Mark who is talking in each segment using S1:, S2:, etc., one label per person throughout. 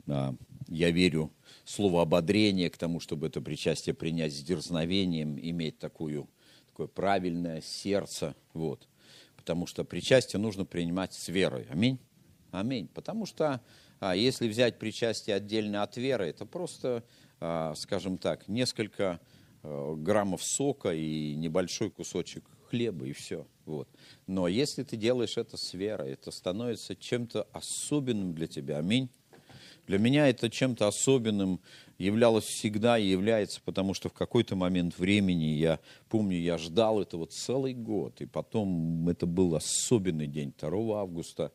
S1: я верю, слово ободрение к тому, чтобы это причастие принять с дерзновением, иметь такое правильное сердце, вот. Потому что причастие нужно принимать с верой. Аминь. Аминь. Потому что если взять причастие отдельно от веры, это просто, скажем так, несколько граммов сока и небольшой кусочек хлеба, и все. Вот. Но если ты делаешь это с верой, это становится чем-то особенным для тебя. Аминь. Для меня это чем-то особенным являлось всегда и является, потому что в какой-то момент времени, я помню, я ждал этого целый год, и потом это был особенный день, 2 августа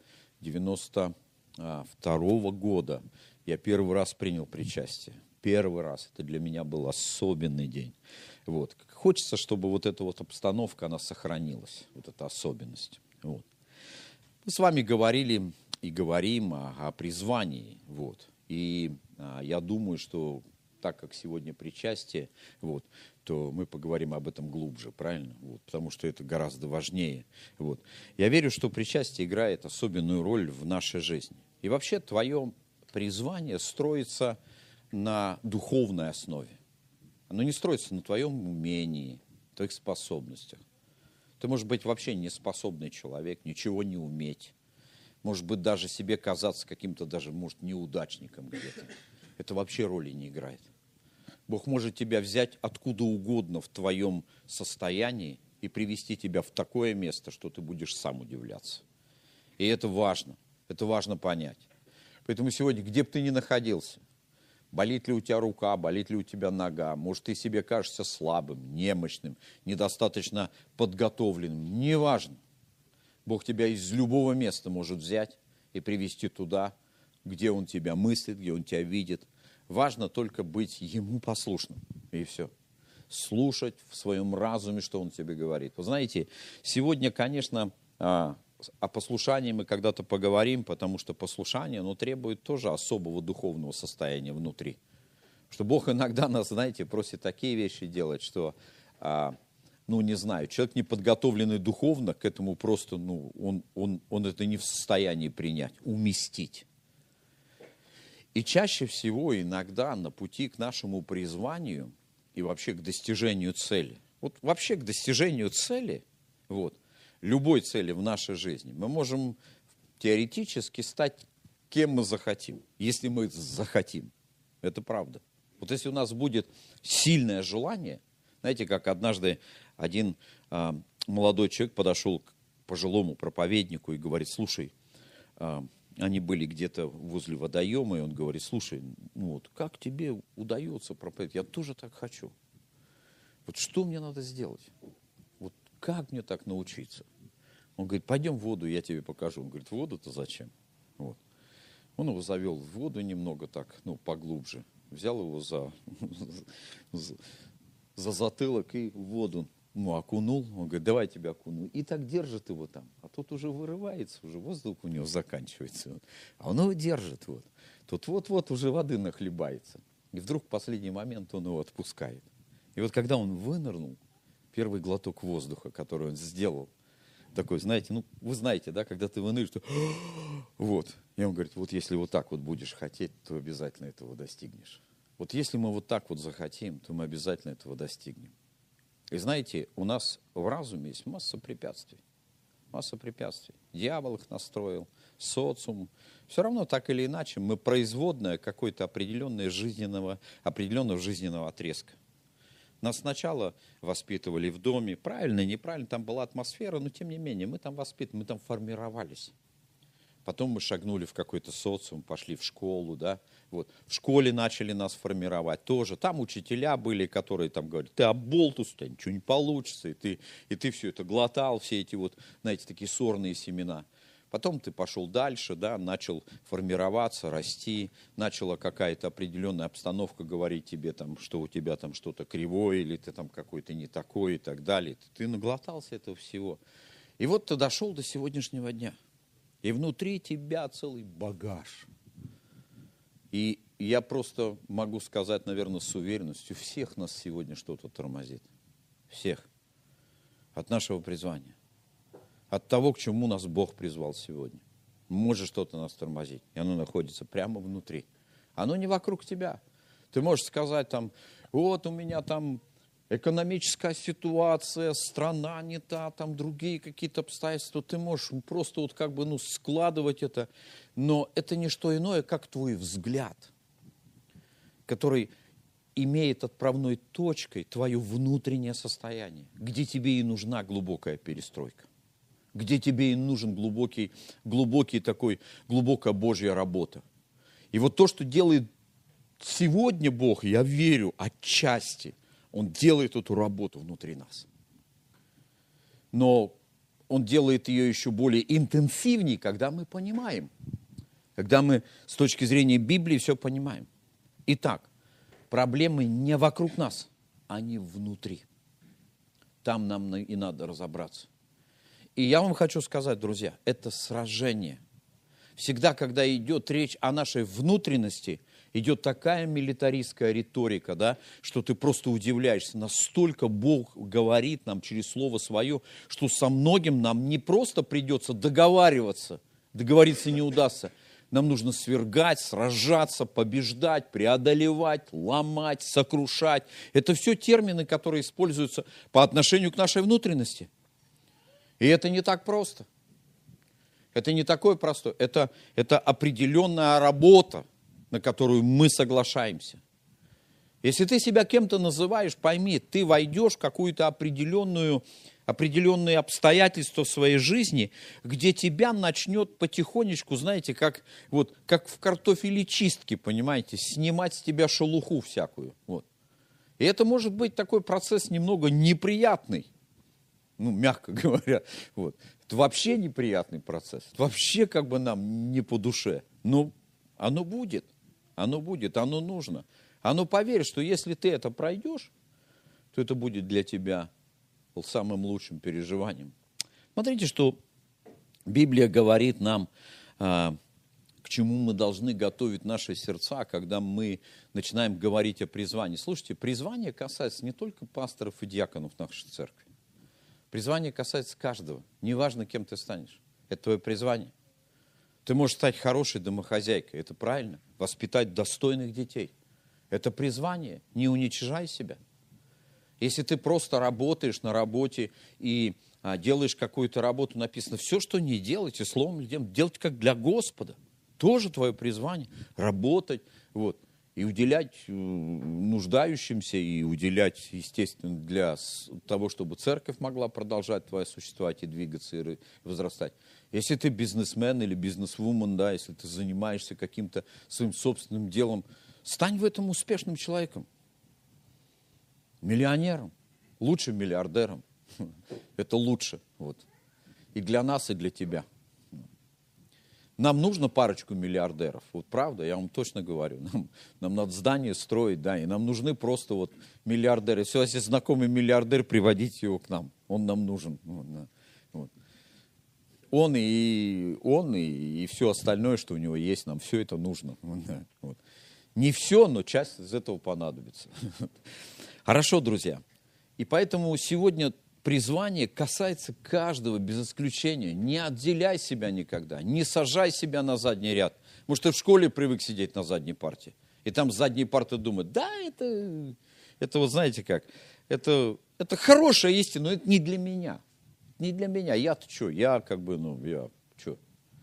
S1: 92 года. Я первый раз принял причастие. Первый раз. Это для меня был особенный день. Вот. Хочется, чтобы вот эта вот обстановка, она сохранилась, вот эта особенность. Вот. Мы с вами говорили и говорим о призвании. Вот. И я думаю, что так как сегодня причастие, вот, то мы поговорим об этом глубже, правильно? Вот, потому что это гораздо важнее. Вот. Я верю, что причастие играет особенную роль в нашей жизни. И вообще твое призвание строится на духовной основе. Оно не строится на твоем умении, твоих способностях. Ты можешь быть вообще неспособный человек, ничего не уметь. Может быть, даже себе казаться каким-то даже, может, неудачником где-то. Это вообще роли не играет. Бог может тебя взять откуда угодно в твоем состоянии и привести тебя в такое место, что ты будешь сам удивляться. И это важно понять. Поэтому сегодня, где бы ты ни находился, болит ли у тебя рука, болит ли у тебя нога, может, ты себе кажешься слабым, немощным, недостаточно подготовленным, неважно. Бог тебя из любого места может взять и привести туда, где Он тебя мыслит, где Он тебя видит. Важно только быть Ему послушным, и все. Слушать в своем разуме, что Он тебе говорит. Вы знаете, сегодня, конечно, о послушании мы когда-то поговорим, потому что послушание, оно требует тоже особого духовного состояния внутри. Потому что Бог иногда нас, знаете, просит такие вещи делать, что, не знаю, человек, не подготовленный духовно, к этому просто, он это не в состоянии принять, уместить. И чаще всего иногда на пути к нашему призванию и вообще к достижению цели, вот вообще к достижению цели, вот, любой цели в нашей жизни, мы можем теоретически стать кем мы захотим, если мы захотим. Это правда. Вот если у нас будет сильное желание, знаете, как однажды один молодой человек подошел к пожилому проповеднику и говорит: слушай, они были где-то возле водоема, и он говорит: слушай, как тебе удается проповедовать? Я тоже так хочу. Вот что мне надо сделать? Вот как мне так научиться? Он говорит: пойдем в воду, я тебе покажу. Он говорит: воду-то зачем? Вот. Он его завел в воду немного так, поглубже. Взял его за затылок и в воду окунул. Он говорит: давай тебя окуну. И так держит его там. А тот уже вырывается, уже воздух у него заканчивается. А он его держит. Вот. Тут вот-вот уже воды нахлебается. И вдруг в последний момент он его отпускает. И вот когда он вынырнул, первый глоток воздуха, который он сделал, такой, знаете, вы знаете, да, когда ты выныриваешь, то вот. И он говорит: вот если вот так вот будешь хотеть, то обязательно этого достигнешь. Вот если мы вот так вот захотим, то мы обязательно этого достигнем. И знаете, у нас в разуме есть масса препятствий. Масса препятствий. Дьявол их настроил, социум. Все равно, так или иначе, мы производная какой-то определенного жизненного отрезка. Нас сначала воспитывали в доме, правильно, неправильно, там была атмосфера, но тем не менее, мы там воспитывали, мы там формировались. Потом мы шагнули в какой-то социум, пошли в школу, да, вот. В школе начали нас формировать тоже. Там учителя были, которые там говорят: ты оболтус, у тебя ничего не получится, и ты все это глотал, все эти вот, знаете, такие сорные семена. Потом ты пошел дальше, да, начал формироваться, расти, начала какая-то определенная обстановка говорить тебе, там, что у тебя там что-то кривое, или ты там какой-то не такой и так далее. Ты наглотался этого всего. И вот ты дошел до сегодняшнего дня. И внутри тебя целый багаж. И я просто могу сказать, наверное, с уверенностью, всех нас сегодня что-то тормозит. Всех. От нашего призвания. От того, к чему нас Бог призвал сегодня. Может что-то нас тормозить. И оно находится прямо внутри. Оно не вокруг тебя. Ты можешь сказать там, вот у меня там экономическая ситуация, страна не та, там другие какие-то обстоятельства. Ты можешь просто вот как бы складывать это. Но это не что иное, как твой взгляд, который имеет отправной точкой твое внутреннее состояние, где тебе и нужна глубокая перестройка, где тебе и нужен глубокая Божья работа. И вот то, что делает сегодня Бог, я верю, отчасти, Он делает эту работу внутри нас. Но Он делает ее еще более интенсивнее, когда мы понимаем, когда мы с точки зрения Библии все понимаем. Итак, проблемы не вокруг нас, они внутри. Там нам и надо разобраться. И я вам хочу сказать, друзья, это сражение. Всегда, когда идет речь о нашей внутренности, идет такая милитаристская риторика, да, что ты просто удивляешься. Настолько Бог говорит нам через Слово Свое, что со многим нам не просто придется договариваться не удастся. Нам нужно свергать, сражаться, побеждать, преодолевать, ломать, сокрушать. Это все термины, которые используются по отношению к нашей внутренности. И это не так просто. Это не такое простое. Это определенная работа, на которую мы соглашаемся. Если ты себя кем-то называешь, пойми, ты войдешь в какую-то определенные обстоятельства в своей жизни, где тебя начнет потихонечку, знаете, как в картофелечистке, понимаете, снимать с тебя шелуху всякую. Вот. И это может быть такой процесс немного неприятный, мягко говоря. Вот. Это вообще неприятный процесс. Это вообще как бы нам не по душе. Но оно будет, оно нужно. Поверь, что если ты это пройдешь, то это будет для тебя самым лучшим переживанием. Смотрите, что Библия говорит нам, к чему мы должны готовить наши сердца, когда мы начинаем говорить о призвании. Слушайте, призвание касается не только пасторов и диаконов нашей церкви. Призвание касается каждого. Неважно, кем ты станешь. Это твое призвание. Ты можешь стать хорошей домохозяйкой. Это правильно. Воспитать достойных детей. Это призвание. Не уничижай себя. Если ты просто работаешь на работе и делаешь какую-то работу, написано, все, что не делайте, словом или делом, делайте как для Господа. Тоже твое призвание. Работать, и уделять нуждающимся, и уделять, естественно, для того, чтобы церковь могла продолжать твое существовать и двигаться, и возрастать. Если ты бизнесмен или бизнесвумен, да, если ты занимаешься каким-то своим собственным делом, стань в этом успешным человеком. Миллионером, лучше миллиардером. Это лучше. И для нас, и для тебя. Нам нужно парочку миллиардеров. Правда, я вам точно говорю. Нам надо здание строить, да, и нам нужны просто миллиардеры. Все, если знакомый миллиардер, приводите его к нам. Он нам нужен. Он и все остальное, что у него есть, нам все это нужно. Не все, но часть из этого понадобится. Хорошо, друзья. И поэтому сегодня призвание касается каждого без исключения. Не отделяй себя никогда, не сажай себя на задний ряд. Может, ты в школе привык сидеть на задней парте, и там с задней парты думают, да, это знаете как, это хорошая истина, но это не для меня. Не для меня. Я-то что? Я что?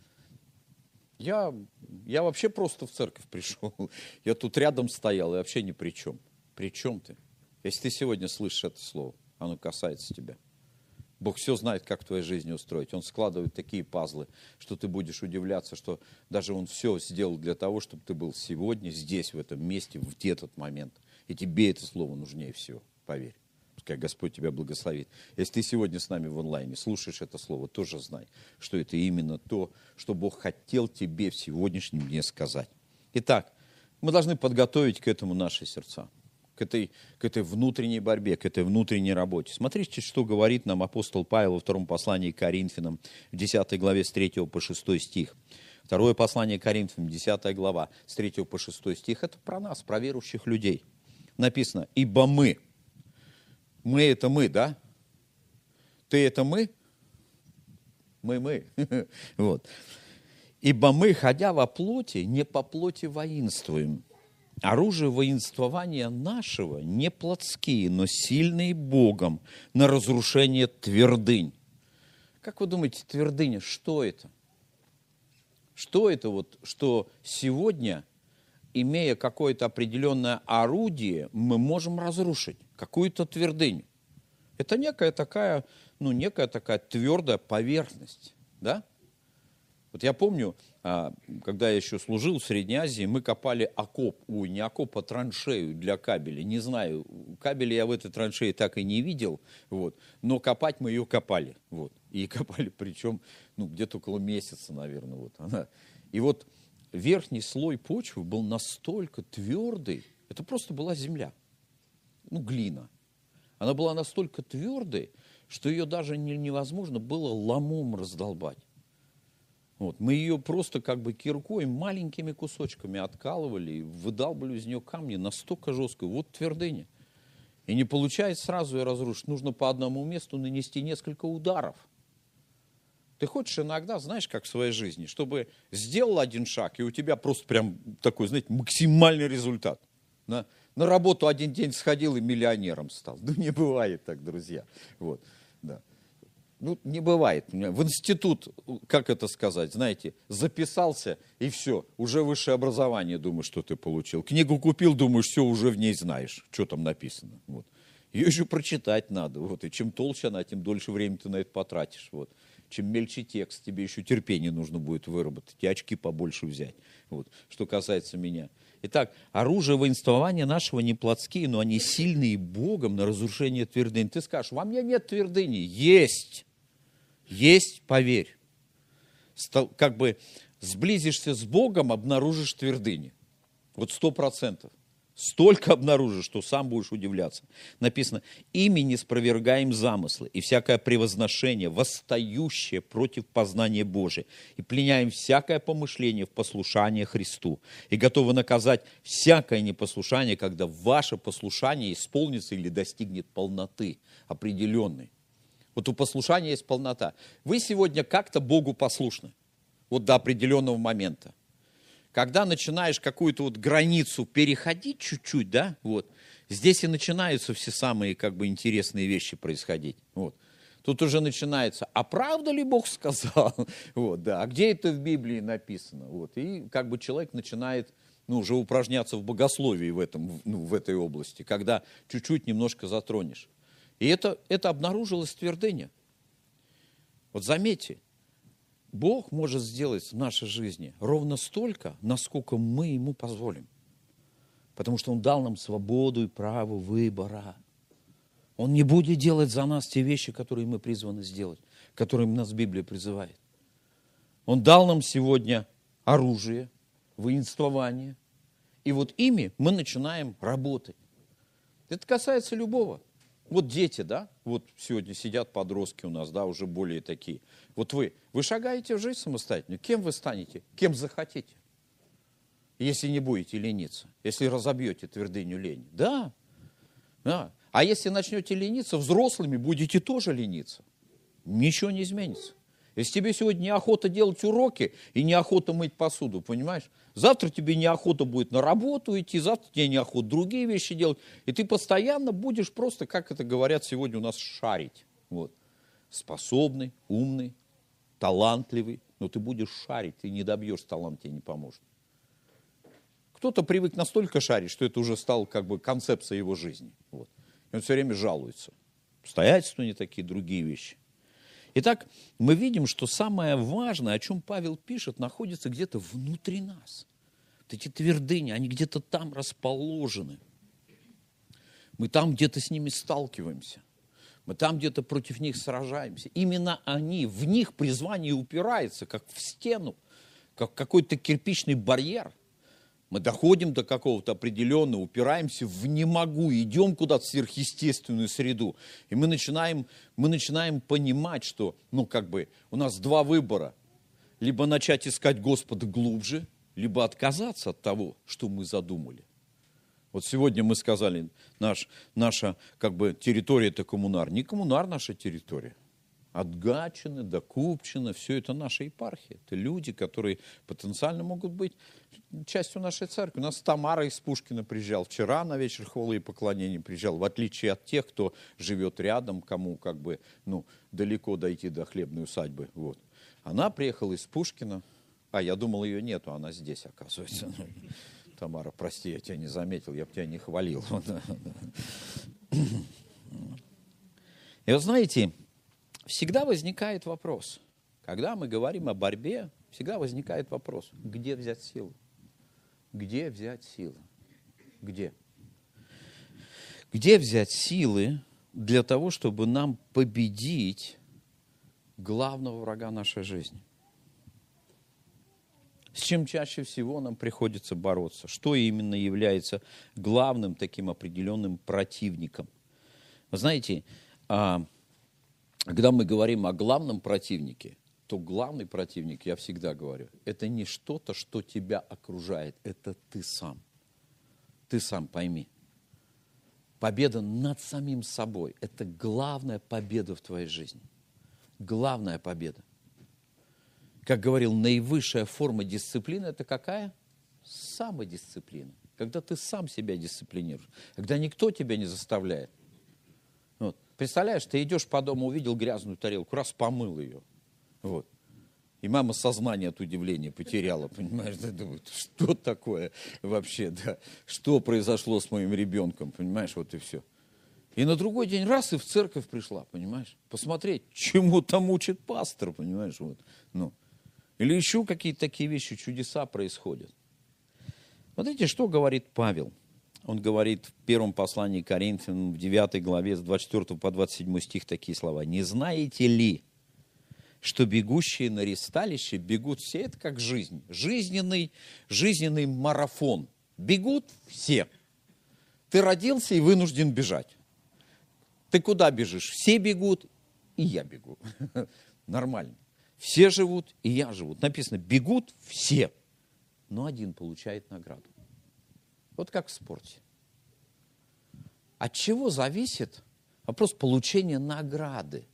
S1: Я вообще просто в церковь пришел. Я тут рядом стоял и вообще ни при чем. При чем ты? Если ты сегодня слышишь это слово, оно касается тебя. Бог все знает, как в твоей жизни устроить. Он складывает такие пазлы, что ты будешь удивляться, что даже Он все сделал для того, чтобы ты был сегодня, здесь, в этом месте, в этот момент. И тебе это слово нужнее всего, поверь. Пускай Господь тебя благословит. Если ты сегодня с нами в онлайне слушаешь это слово, тоже знай, что это именно то, что Бог хотел тебе в сегодняшнем дне сказать. Итак, мы должны подготовить к этому наши сердца. К этой внутренней борьбе, к этой внутренней работе. Смотрите, что говорит нам апостол Павел во втором послании к Коринфянам, в 10 главе с 3 по 6 стих. Второе послание к Коринфянам, 10 глава, с 3 по 6 стих. Это про нас, про верующих людей. Написано, ибо мы это мы, да? Ты это мы? Мы. Ибо мы, ходя во плоти, не по плоти воинствуем. оружие воинствования нашего не плотские, но сильные Богом на разрушение твердынь. Как вы думаете, твердыня, что это? Что это вот, что сегодня, имея какое-то определенное орудие, мы можем разрушить какую-то твердыню? Это некая такая твердая поверхность, да? Вот я помню, когда я еще служил в Средней Азии, мы копали траншею для кабеля. Не знаю, кабеля я в этой траншее так и не видел, вот, но копать мы ее копали. Вот, и копали, причем где-то около месяца, наверное. Вот, и вот верхний слой почвы был настолько твердый, это просто была земля, глина. Она была настолько твердой, что ее даже невозможно было ломом раздолбать. Вот. Мы ее просто как бы киркой маленькими кусочками откалывали и выдалбали из нее камни настолько жесткую. Вот твердыня. И не получается сразу ее разрушить. Нужно по одному месту нанести несколько ударов. Ты хочешь иногда, знаешь, как в своей жизни, чтобы сделал один шаг, и у тебя просто прям такой, знаете, максимальный результат. На работу один день сходил и миллионером стал. Не бывает так, друзья. Вот, да. Не бывает. В институт, как это сказать, знаете, записался, и все, уже высшее образование, думаешь, что ты получил. Книгу купил, думаешь, все, уже в ней знаешь, что там написано. Вот. Ее еще прочитать надо. Вот. И чем толще она, тем дольше времени ты на это потратишь. Вот. Чем мельче текст, тебе еще терпение нужно будет выработать, и очки побольше взять. Вот. Что касается меня. Итак, оружие воинствования нашего не плотские, но они сильные Богом на разрушение твердынь. Ты скажешь, во мне нет твердыни. Есть. Есть, поверь. Как бы сблизишься с Богом, обнаружишь твердыни. Вот 100%. Столько обнаружишь, что сам будешь удивляться. Написано, ими не спровергаем замыслы и всякое превозношение, восстающее против познания Божия, и пленяем всякое помышление в послушание Христу, и готовы наказать всякое непослушание, когда ваше послушание исполнится или достигнет полноты определенной. Вот у послушания есть полнота. Вы сегодня как-то Богу послушны, вот до определенного момента. Когда начинаешь какую-то вот границу переходить чуть-чуть, да, вот, здесь и начинаются все самые как бы интересные вещи происходить. Вот. Тут уже начинается, а правда ли Бог сказал? Вот, да, а где это в Библии написано? Вот, и как бы человек начинает уже упражняться в богословии в этой области, когда чуть-чуть немножко затронешь. И это обнаружилась твердыня. Вот заметьте, Бог может сделать в нашей жизни ровно столько, насколько мы Ему позволим. Потому что Он дал нам свободу и право выбора. Он не будет делать за нас те вещи, которые мы призваны сделать, к которым нас Библия призывает. Он дал нам сегодня оружие, воинствование, и вот ими мы начинаем работать. Это касается любого. Вот дети, да, вот сегодня сидят подростки у нас, да, уже более такие. Вот вы шагаете в жизнь самостоятельно, кем вы станете, кем захотите, если не будете лениться, если разобьете твердыню лени. Да. А если начнете лениться, взрослыми будете тоже лениться. Ничего не изменится. Если тебе сегодня неохота делать уроки и неохота мыть посуду, понимаешь? Завтра тебе неохота будет на работу идти, завтра тебе неохота другие вещи делать. И ты постоянно будешь просто, как это говорят сегодня у нас, шарить. Вот. Способный, умный, талантливый. Но ты будешь шарить, ты не добьешься, талант тебе не поможет. Кто-то привык настолько шарить, что это уже стало как бы концепцией его жизни. Вот. И он все время жалуется. Обстоятельства не такие, другие вещи. Итак, мы видим, что самое важное, о чем Павел пишет, находится где-то внутри нас. Вот эти твердыни, они где-то там расположены. Мы там где-то с ними сталкиваемся. Мы там где-то против них сражаемся. Именно они, в них призвание упирается, как в стену, как какой-то кирпичный барьер. Мы доходим до какого-то определенного, упираемся в «не могу», идем куда-то в сверхъестественную среду. И мы начинаем понимать, что у нас два выбора. Либо начать искать Господа глубже, либо отказаться от того, что мы задумали. Вот сегодня мы сказали, наша территория – это коммунар. Не коммунар наша территория. От Гатчины до Купчино, все это наша епархия. Это люди, которые потенциально могут быть частью нашей церкви. У нас Тамара из Пушкина приезжал вчера на вечер хвалы и поклонения приезжал, в отличие от тех, кто живет рядом, кому как бы, далеко дойти до хлебной усадьбы. Вот. Она приехала из Пушкина, я думал, ее нету, она здесь, оказывается. Тамара, прости, я тебя не заметил, я бы тебя не хвалил. И вот знаете, всегда возникает вопрос, когда мы говорим о борьбе, всегда возникает вопрос, где взять силу? Где взять силы? Где? Где взять силы для того, чтобы нам победить главного врага нашей жизни? С чем чаще всего нам приходится бороться? Что именно является главным таким определенным противником? Вы знаете, когда мы говорим о главном противнике, то главный противник, я всегда говорю, это не что-то, что тебя окружает, это ты сам. Ты сам пойми. Победа над самим собой – это главная победа в твоей жизни. Главная победа. Как говорил, наивысшая форма дисциплины – это какая? Самодисциплина. Когда ты сам себя дисциплинируешь. Когда никто тебя не заставляет. Вот. Представляешь, ты идешь по дому, увидел грязную тарелку, раз помыл ее. Вот. И мама сознание от удивления потеряла, понимаешь? Да, думает, что такое вообще, да? Что произошло с моим ребенком, понимаешь? Вот и все. И на другой день раз и в церковь пришла, понимаешь? Посмотреть, чему там учит пастор, понимаешь? Вот. Или еще какие-то такие вещи, чудеса происходят. Смотрите, что говорит Павел. Он говорит в первом послании к Коринфянам, в 9 главе, с 24 по 27 стих такие слова. «Не знаете ли, что бегущие на ристалище бегут все?» Это как жизнь. Жизненный марафон. Бегут все. Ты родился и вынужден бежать. Ты куда бежишь? Все бегут, и я бегу. Нормально. Все живут, и я живу. Написано, бегут все, но один получает награду. Вот как в спорте. От чего зависит вопрос получения награды?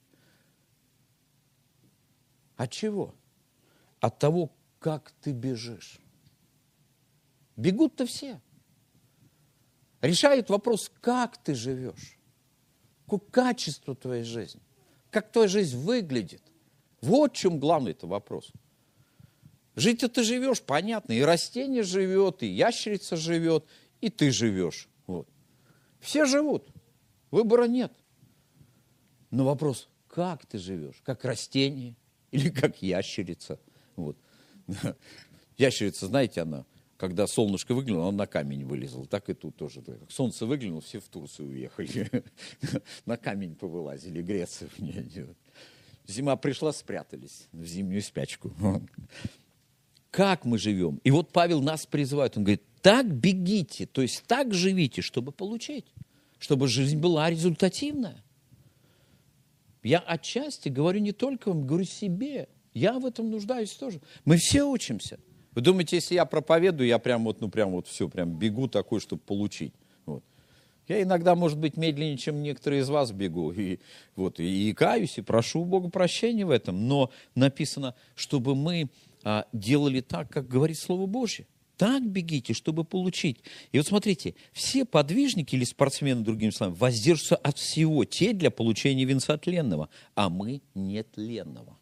S1: От чего? От того, как ты бежишь. Бегут-то все. Решает вопрос, как ты живешь. Какое качество твоей жизни. Как твоя жизнь выглядит. Вот в чем главный-то вопрос. Жить-то ты живешь, понятно. И растение живет, и ящерица живет, и ты живешь. Вот. Все живут. Выбора нет. Но вопрос, как ты живешь? Как растение или как ящерица? Вот. Ящерица, знаете, она, когда солнышко выглянуло, она на камень вылезла. Так и тут тоже. Как солнце выглянуло, все в Турцию уехали. На камень повылазили, греться в ней. Зима пришла, спрятались в зимнюю спячку. Как мы живем? И вот Павел нас призывает. Он говорит, так бегите, то есть так живите, чтобы получить. Чтобы жизнь была результативная. Я отчасти говорю не только вам, говорю себе. Я в этом нуждаюсь тоже. Мы все учимся. Вы думаете, если я проповедую, я прям бегу такой, чтобы получить. Вот. Я иногда, может быть, медленнее, чем некоторые из вас бегу. И каюсь, и прошу у Бога прощения в этом. Но написано, чтобы мы делали так, как говорит Слово Божье. Так бегите, чтобы получить. И вот смотрите, все подвижники или спортсмены, другими словами, воздержатся от всего, те для получения венца тленного, а мы нетленного.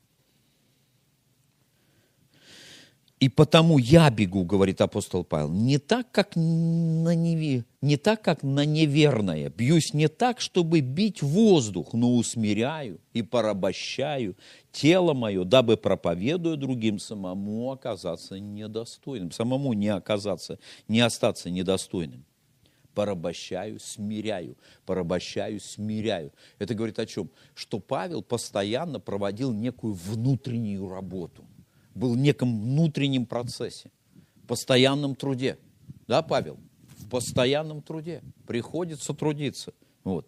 S1: И потому я бегу, говорит апостол Павел, не так, как на неверное. Бьюсь не так, чтобы бить воздух, но усмиряю и порабощаю тело мое, дабы, проповедуя другим, самому оказаться недостойным. Самому не остаться недостойным. Порабощаю, смиряю. Порабощаю, смиряю. Это говорит о чем? Что Павел постоянно проводил некую внутреннюю работу. Был в неком внутреннем процессе, в постоянном труде. Да, Павел? В постоянном труде. Приходится трудиться. Вот.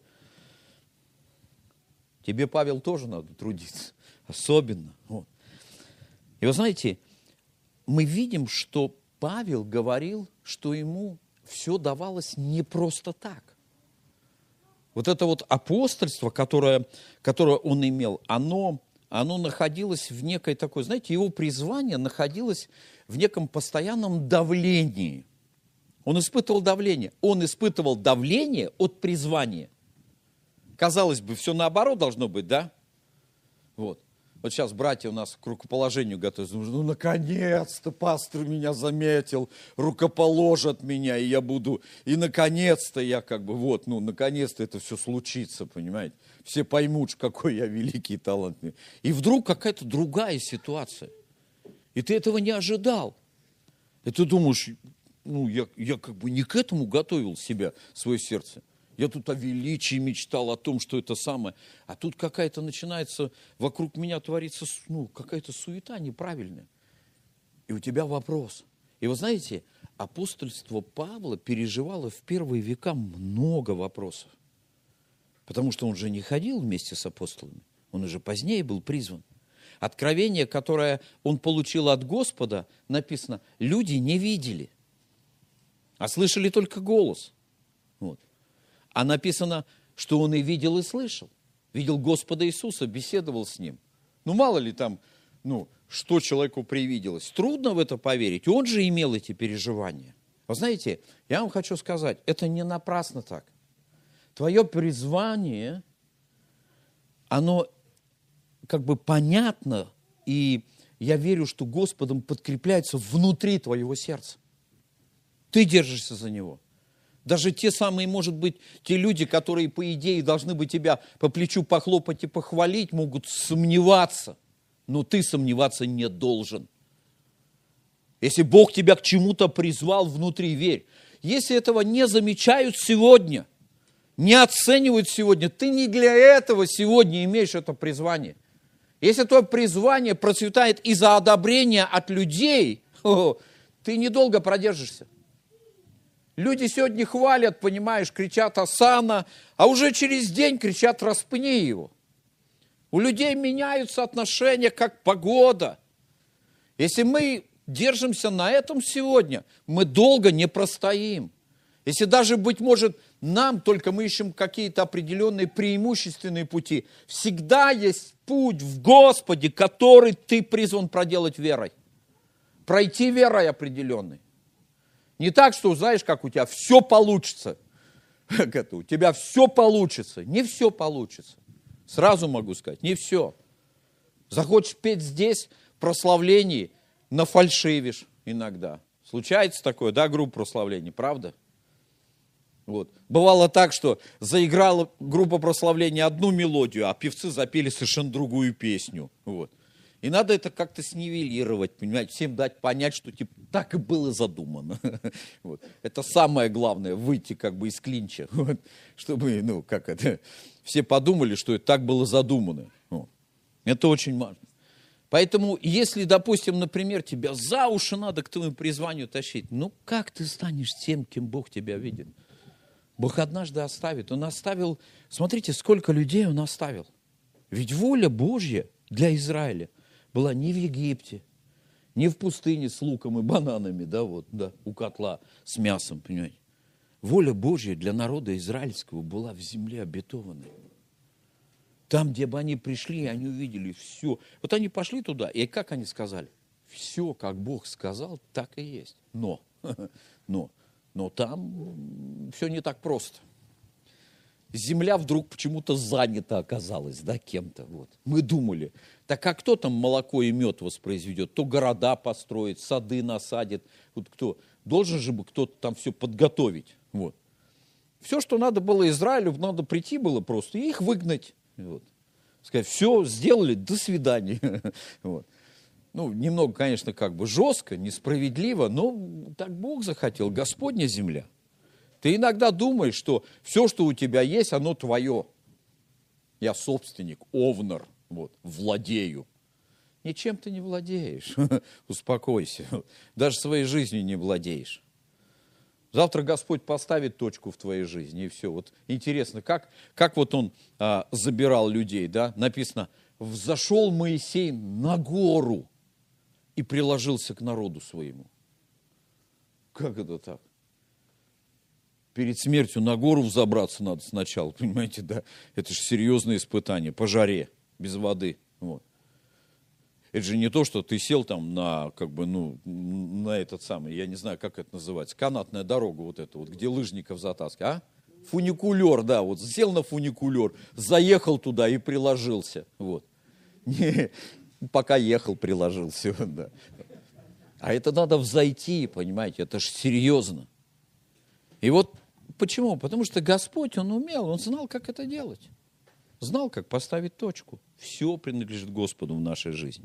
S1: Тебе, Павел, тоже надо трудиться. Особенно. Вот. И вы знаете, мы видим, что Павел говорил, что ему все давалось не просто так. Вот это вот апостольство, которое он имел, оно находилось в некой такой, знаете, его призвание находилось в неком постоянном давлении. Он испытывал давление. Он испытывал давление от призвания. Казалось бы, все наоборот должно быть, да? Вот сейчас братья у нас к рукоположению готовятся. Ну, наконец-то пастор меня заметил, рукоположат меня, и я буду... И наконец-то я наконец-то это все случится, понимаете? Все поймут, какой я великий и талантливый. И вдруг какая-то другая ситуация. И ты этого не ожидал. И ты думаешь, я не к этому готовил себя, свое сердце. Я тут о величии мечтал, о том, что это самое. А тут какая-то начинается, вокруг меня творится какая-то суета неправильная. И у тебя вопрос. И вы знаете, апостольство Павла переживало в первые века много вопросов. Потому что он же не ходил вместе с апостолами. Он уже позднее был призван. Откровение, которое он получил от Господа, написано, люди не видели, а слышали только голос. Вот. А написано, что он и видел, и слышал. Видел Господа Иисуса, беседовал с ним. Мало ли там, что человеку привиделось. Трудно в это поверить. Он же имел эти переживания. Вы знаете, я вам хочу сказать, это не напрасно так. Твое призвание, оно понятно, и я верю, что Господом подкрепляется внутри твоего сердца. Ты держишься за него. Даже те самые, может быть, те люди, которые, по идее, должны бы тебя по плечу похлопать и похвалить, могут сомневаться. Но ты сомневаться не должен. Если Бог тебя к чему-то призвал внутри, верь. Если этого не замечают сегодня, не оценивают сегодня, ты не для этого сегодня имеешь это призвание. Если твое призвание процветает из-за одобрения от людей, ты недолго продержишься. Люди сегодня хвалят, понимаешь, кричат «Осанна», а уже через день кричат «Распни его». У людей меняются отношения, как погода. Если мы держимся на этом сегодня, мы долго не простоим. Если даже, быть может, нам только мы ищем какие-то определенные преимущественные пути, всегда есть путь в Господе, который ты призван проделать верой. Пройти верой определенной. Не так, что, знаешь, как у тебя все получится. У тебя все получится. Не все получится. Сразу могу сказать, не все. Захочешь петь здесь, в прославлении, нафальшивишь иногда. Случается такое, да, группа прославлений, правда? Вот. Бывало так, что заиграла группа прославления одну мелодию, а певцы запели совершенно другую песню. Вот. И надо это как-то снивелировать, понимаете, всем дать понять, что так и было задумано. Вот. Это самое главное, выйти из клинча, чтобы, все подумали, что это так было задумано. Вот. Это очень важно. Поэтому, если, допустим, например, тебя за уши надо к твоему призванию тащить, как ты станешь тем, кем Бог тебя видит? Бог однажды оставит. Он оставил, смотрите, сколько людей Он оставил. Ведь воля Божья для Израиля была не в Египте, не в пустыне с луком и бананами, у котла с мясом, понимаете. Воля Божья для народа израильского была в земле обетованной. Там, где бы они пришли, они увидели все. Вот они пошли туда, и как они сказали? Все, как Бог сказал, так и есть. Но там все не так просто. Земля вдруг почему-то занята оказалась, кем-то. Вот. Мы думали, так а кто там молоко и мед воспроизведет? То города построит, сады насадит. Вот кто? Должен же бы кто-то там все подготовить. Вот. Все, что надо было Израилю, надо прийти было просто и их выгнать. Вот. Сказать, все сделали, до свидания. Вот. Немного, конечно, жестко, несправедливо, но так Бог захотел, Господня земля. Ты иногда думаешь, что все, что у тебя есть, оно твое. Я собственник, овнер, владею. Ничем ты не владеешь. Успокойся. Даже своей жизнью не владеешь. Завтра Господь поставит точку в твоей жизни, и все. Интересно, как Он забирал людей, да? Написано, взошел Моисей на гору и приложился к народу своему. Как это так? перед смертью на гору взобраться надо сначала, понимаете, да? Это же серьезное испытание, по жаре, без воды. Вот. Это же не то, что ты сел там на, как бы, ну, на этот самый, я не знаю, как это называется, канатная дорога вот эта вот, где лыжников затаскивают, а? Фуникулер, да, вот сел на фуникулер, заехал туда и приложился, вот. Пока ехал, приложился, да. А это надо взойти, понимаете, это же серьезно. И вот почему? Потому что Господь, Он умел, Он знал, как это делать. Знал, как поставить точку. Все принадлежит Господу в нашей жизни.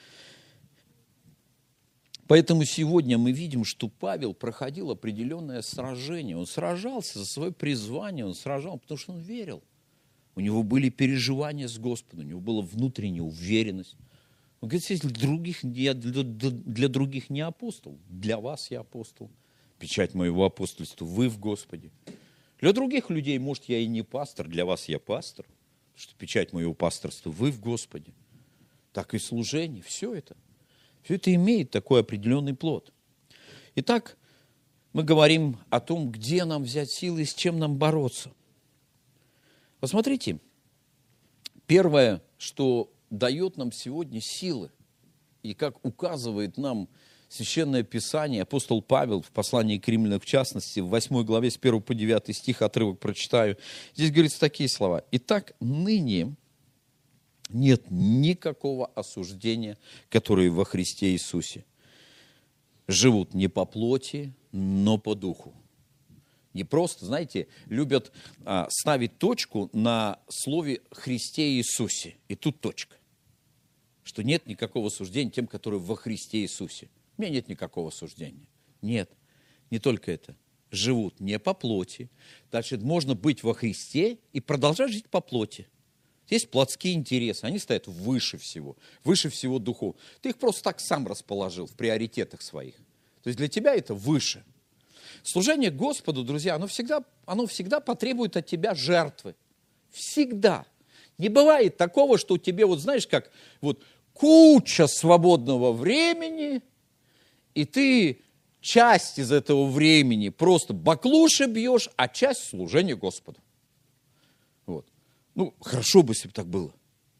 S1: Поэтому сегодня мы видим, что Павел проходил определенное сражение. Он сражался за свое призвание, он сражался, потому что он верил. У него были переживания с Господом, у него была внутренняя уверенность. Он говорит, если я для других не апостол, для вас я апостол. Печать моего апостольства, вы в Господе. Для других людей, может, я и не пастор, для вас я пастор. Потому что печать моего пасторства, вы в Господе. Так и служение, все это имеет такой определенный плод. Итак, мы говорим о том, где нам взять силы и с чем нам бороться. Посмотрите, первое, что дает нам сегодня силы, и как указывает нам Священное Писание, апостол Павел в послании к Римлянам, в частности, в 8 главе с 1 по 9 стих, отрывок прочитаю. Здесь говорится такие слова. «Итак, ныне нет никакого осуждения, которые во Христе Иисусе живут не по плоти, но по духу». Не просто, знаете, любят ставить точку на слове «Христе Иисусе». И тут точка. Что нет никакого осуждения тем, которые во Христе Иисусе. У меня нет никакого осуждения. Нет, не только это. Живут не по плоти. Значит, можно быть во Христе и продолжать жить по плоти. Есть плотские интересы, они стоят выше всего духов. Ты их просто так сам расположил в приоритетах своих. То есть для тебя это выше. Служение Господу, друзья, оно всегда потребует от тебя жертвы. Всегда. Не бывает такого, что у тебя, вот знаешь, как вот куча свободного времени, и ты часть из этого времени просто баклуши бьешь, а часть служения Господу. Вот. Ну, хорошо бы, если бы так было.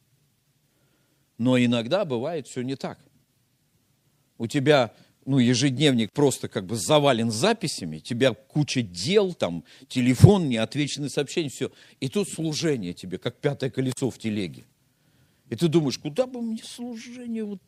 S1: Но иногда бывает все не так. У тебя, ежедневник просто как бы завален записями, у тебя куча дел, там, телефон, неотвеченные сообщения, все. И тут служение тебе, как пятое колесо в телеге. И ты думаешь, куда бы мне служение, вот,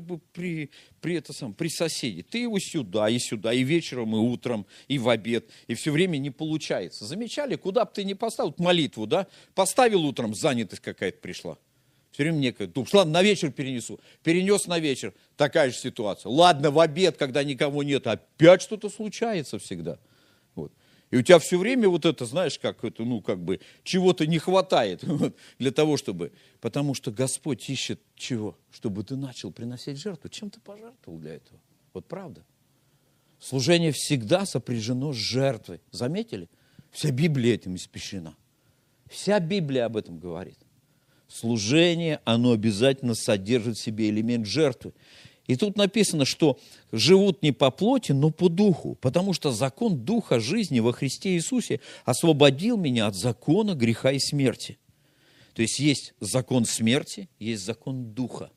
S1: при соседе. Ты его сюда, и вечером, и утром, и в обед, и все время не получается. Замечали, куда бы ты ни поставил, молитву, да? Поставил утром, занятость какая-то пришла. Все время некое. Думаешь, ладно, на вечер перенесу. Перенес на вечер. Такая же ситуация. Ладно, в обед, когда никого нет, опять что-то случается всегда. Вот. И у тебя все время вот это, знаешь, как это, чего-то не хватает для того, чтобы... Потому что Господь ищет чего? Чтобы ты начал приносить жертву. Чем ты пожертвовал для этого? Вот правда. Служение всегда сопряжено с жертвой. Заметили? Вся Библия этим испещрена. Вся Библия об этом говорит. Служение, оно обязательно содержит в себе элемент жертвы. И тут написано, что живут не по плоти, но по духу, потому что закон духа жизни во Христе Иисусе освободил меня от закона греха и смерти. То есть закон смерти, есть закон духа.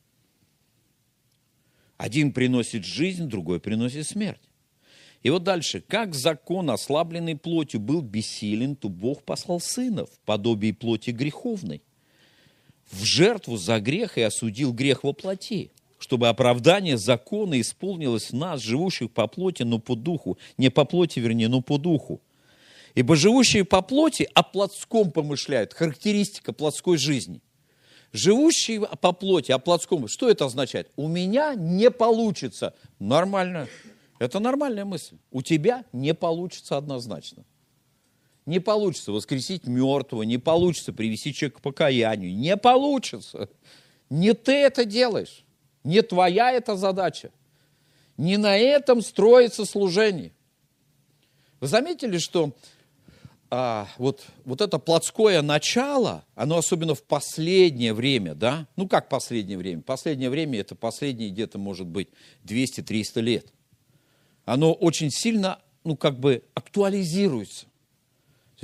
S1: Один приносит жизнь, другой приносит смерть. И вот дальше. Как закон, ослабленный плотью, был бессилен, то Бог послал Сына в подобие плоти греховной, в жертву за грех и осудил грех во плоти, чтобы оправдание закона исполнилось в нас, живущих по плоти, но по духу. Не по плоти, вернее, но по духу. Ибо живущие по плоти о плотском помышляют. Характеристика плотской жизни. Живущие по плоти о плотском. Что это означает? У меня не получится. Нормально. Это нормальная мысль. У тебя не получится однозначно. Не получится воскресить мертвого, не получится привести человека к покаянию. Не получится. Не ты это делаешь. Не твоя эта задача. Не на этом строится служение. Вы заметили, что вот это плотское начало, оно особенно в последнее время, да? Как последнее время? Последнее время это последние где-то, может быть, 200-300 лет. Оно очень сильно, актуализируется.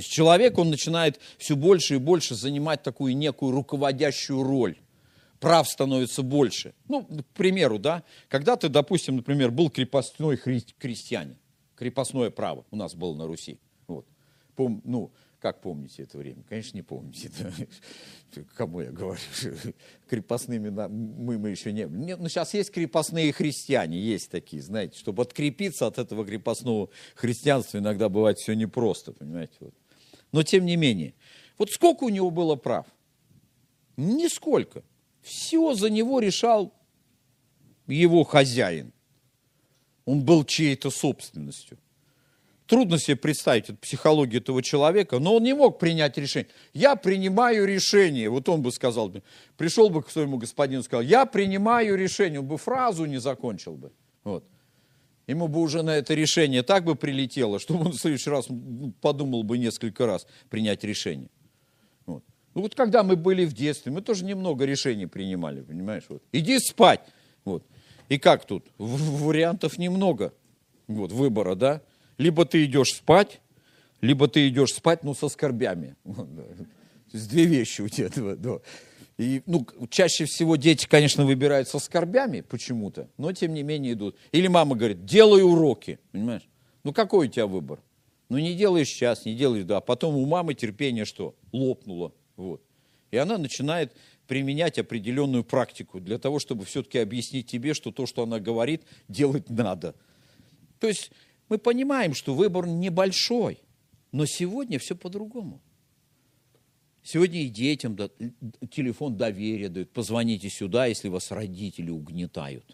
S1: есть человек, он начинает все больше и больше занимать такую некую руководящую роль. Прав становится больше. Ну, к примеру, да, когда ты, допустим, например, был крепостной крестьянин, крепостное право у нас было на Руси. Вот. Как помните это время? Конечно, не помните. Да? Кому я говорю? Крепостными мы еще не были. Нет, ну, сейчас есть крепостные христиане, есть такие, знаете, чтобы открепиться от этого крепостного христианства, иногда бывает все непросто, понимаете. Вот. Но тем не менее, вот сколько у него было прав? Нисколько. Все за него решал его хозяин. Он был чьей-то собственностью. Трудно себе представить психологию этого человека, но он не мог принять решение. Я принимаю решение. Вот он бы сказал, пришел бы к своему господину и сказал, я принимаю решение. Он бы фразу не закончил бы. Вот. Ему бы уже на это решение так бы прилетело, что он в следующий раз подумал бы несколько раз принять решение. Вот. Ну вот когда мы были в детстве, мы тоже немного решений принимали, понимаешь? Вот. Иди спать. Вот. И как тут? Вариантов немного. Вот, выбора, да? Либо ты идешь спать, но со скорбями. То есть две вещи у тебя. Да. И, чаще всего дети, конечно, выбирают со скорбями почему-то, но тем не менее идут. Или мама говорит, делай уроки, понимаешь? Какой у тебя выбор? Не делаешь сейчас, не делаешь, да. Потом у мамы терпение что? Лопнуло. Вот. И она начинает применять определенную практику для того, чтобы все-таки объяснить тебе, что то, что она говорит, делать надо. То есть мы понимаем, что выбор небольшой, но сегодня все по-другому. Сегодня и детям телефон доверия дают. Позвоните сюда, если вас родители угнетают.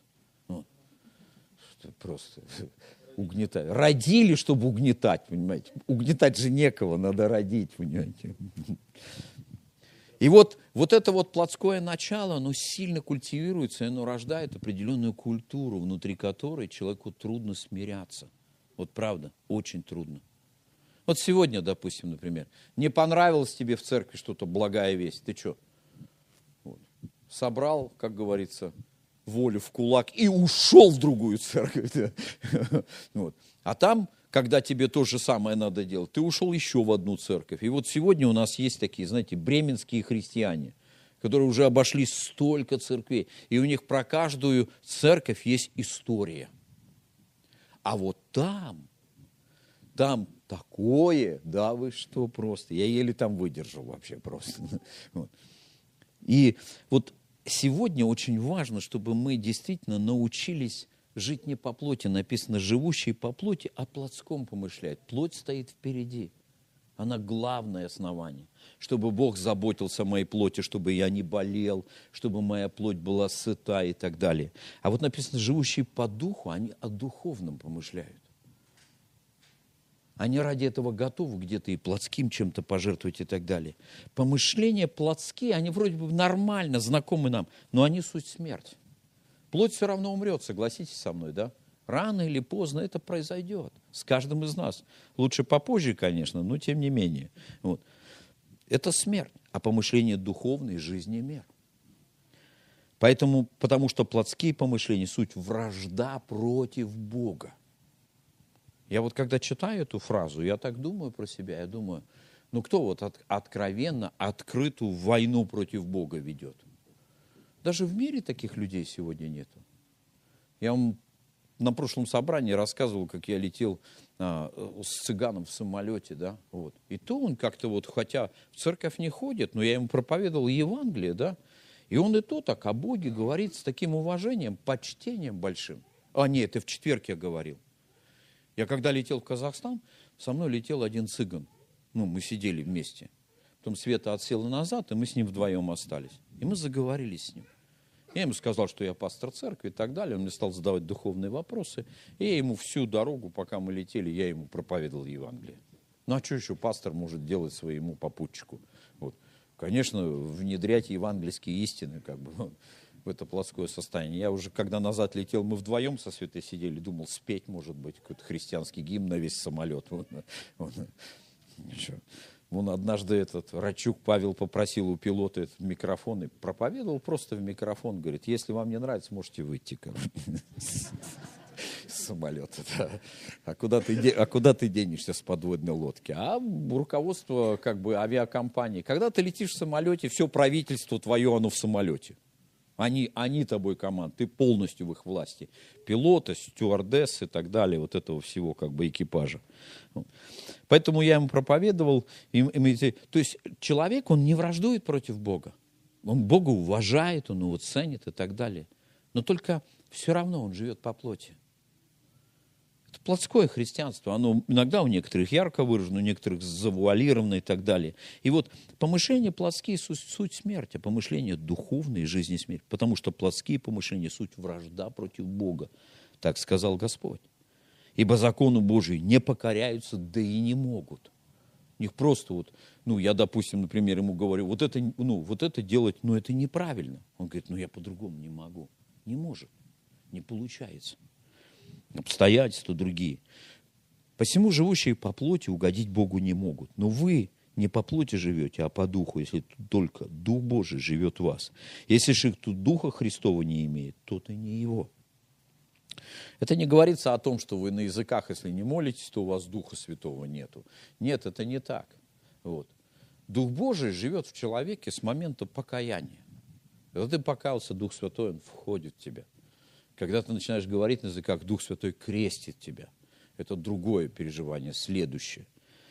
S1: Просто угнетают. Родили, чтобы угнетать, понимаете. Угнетать же некого, надо родить, понимаете. И вот это вот плотское начало, оно сильно культивируется, и оно рождает определенную культуру, внутри которой человеку трудно смиряться. Вот правда, очень трудно. Вот сегодня, допустим, например, не понравилось тебе в церкви что-то, благая весть, ты что? Вот. Собрал, как говорится, волю в кулак и ушел в другую церковь. Вот. А там, когда тебе то же самое надо делать, ты ушел еще в одну церковь. И вот сегодня у нас есть такие, знаете, бременские христиане, которые уже обошли столько церквей, и у них про каждую церковь есть история. А вот там такое, да вы что просто, я еле там выдержал вообще просто. Вот. И вот сегодня очень важно, чтобы мы действительно научились жить не по плоти, написано, живущий по плоти, а плотском помышлять. Плоть стоит впереди, она главное основание. Чтобы Бог заботился о моей плоти, чтобы я не болел, чтобы моя плоть была сыта и так далее. А вот написано, живущие по духу, они о духовном помышляют. Они ради этого готовы где-то и плотским чем-то пожертвовать и так далее. Помышления плотские, они вроде бы нормально, знакомы нам, но они суть смерть. Плоть все равно умрет, согласитесь со мной, да? Рано или поздно это произойдет с каждым из нас. Лучше попозже, конечно, но тем не менее. Вот. Это смерть, а помышление духовной жизни мир. Потому что плотские помышления – суть вражда против Бога. Я вот когда читаю эту фразу, я так думаю про себя, я думаю, кто вот откровенно, открытую войну против Бога ведет? Даже в мире таких людей сегодня нету. Я вам на прошлом собрании рассказывал, как я летел с цыганом в самолете, да, вот. И то он как-то вот, хотя в церковь не ходит, но я ему проповедовал Евангелие, да, и он и то так о Боге говорит с таким уважением, почтением большим. Нет, это в четверг я говорил. Я когда летел в Казахстан, со мной летел один цыган. Мы сидели вместе. Потом Света отсела назад, и мы с ним вдвоем остались. И мы заговорили с ним. Я ему сказал, что я пастор церкви и так далее. Он мне стал задавать духовные вопросы. И я ему всю дорогу, пока мы летели, я ему проповедовал Евангелие. А что еще пастор может делать своему попутчику? Вот. Конечно, внедрять евангельские истины в это плотское состояние. Я уже, когда назад летел, мы вдвоем со Светой сидели, думал, спеть, может быть, какой-то христианский гимн на весь самолет. Вон однажды Рачук Павел попросил у пилота этот микрофон и проповедовал просто в микрофон. Говорит, если вам не нравится, можете выйти. самолета, да. А куда ты денешься с подводной лодки? А руководство как бы авиакомпании. Когда ты летишь в самолете, все правительство твое, оно в самолете. Они тобой команд, ты полностью в их власти. Пилоты, стюардессы и так далее, вот этого всего как бы экипажа. Поэтому я ему проповедовал. То есть человек, он не враждует против Бога. Он Бога уважает, он его ценит и так далее. Но только все равно он живет по плоти. Это плотское христианство. Оно иногда у некоторых ярко выражено, у некоторых завуалировано и так далее. И вот помышления плотские суть смерть, а помышления духовные жизни смерть. Потому что плотские помышления суть вражда против Бога. Так сказал Господь. Ибо закону Божию не покоряются, да и не могут. У них просто вот, я, допустим, например, ему говорю, вот это делать, это неправильно. Он говорит, я по-другому не могу. Не может, не получается. Обстоятельства другие. Посему живущие по плоти угодить Богу не могут. Но вы не по плоти живете, а по духу, если только Дух Божий живет в вас. Если же кто Духа Христова не имеет, тот и не его. Это не говорится о том, что вы на языках, если не молитесь, то у вас Духа Святого нету. Нет, это не так. Вот. Дух Божий живет в человеке с момента покаяния. Когда ты покаялся, Дух Святой, он входит в тебя. Когда ты начинаешь говорить на языках, Дух Святой крестит тебя. Это другое переживание, следующее.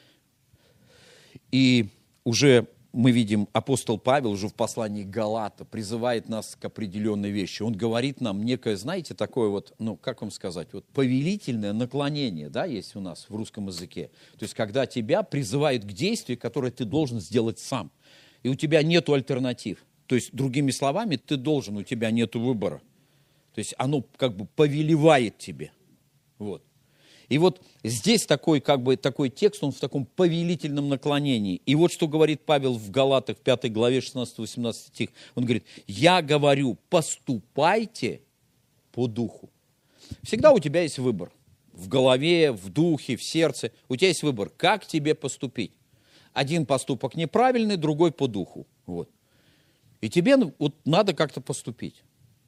S1: И уже мы видим, апостол Павел уже в послании Галата призывает нас к определенной вещи. Он говорит нам некое, знаете, такое вот, как вам сказать, вот повелительное наклонение, да, есть у нас в русском языке. То есть, когда тебя призывают к действию, которое ты должен сделать сам. И у тебя нету альтернатив. То есть, другими словами, ты должен, у тебя нету выбора. То есть, оно как бы повелевает тебе. Вот. И вот здесь такой текст, он в таком повелительном наклонении. И вот что говорит Павел в Галатах, в 5 главе, 16-18 стих. Он говорит, я говорю, поступайте по духу. Всегда у тебя есть выбор. В голове, в духе, в сердце. У тебя есть выбор, как тебе поступить. Один поступок неправильный, другой по духу. Вот. И тебе надо как-то поступить.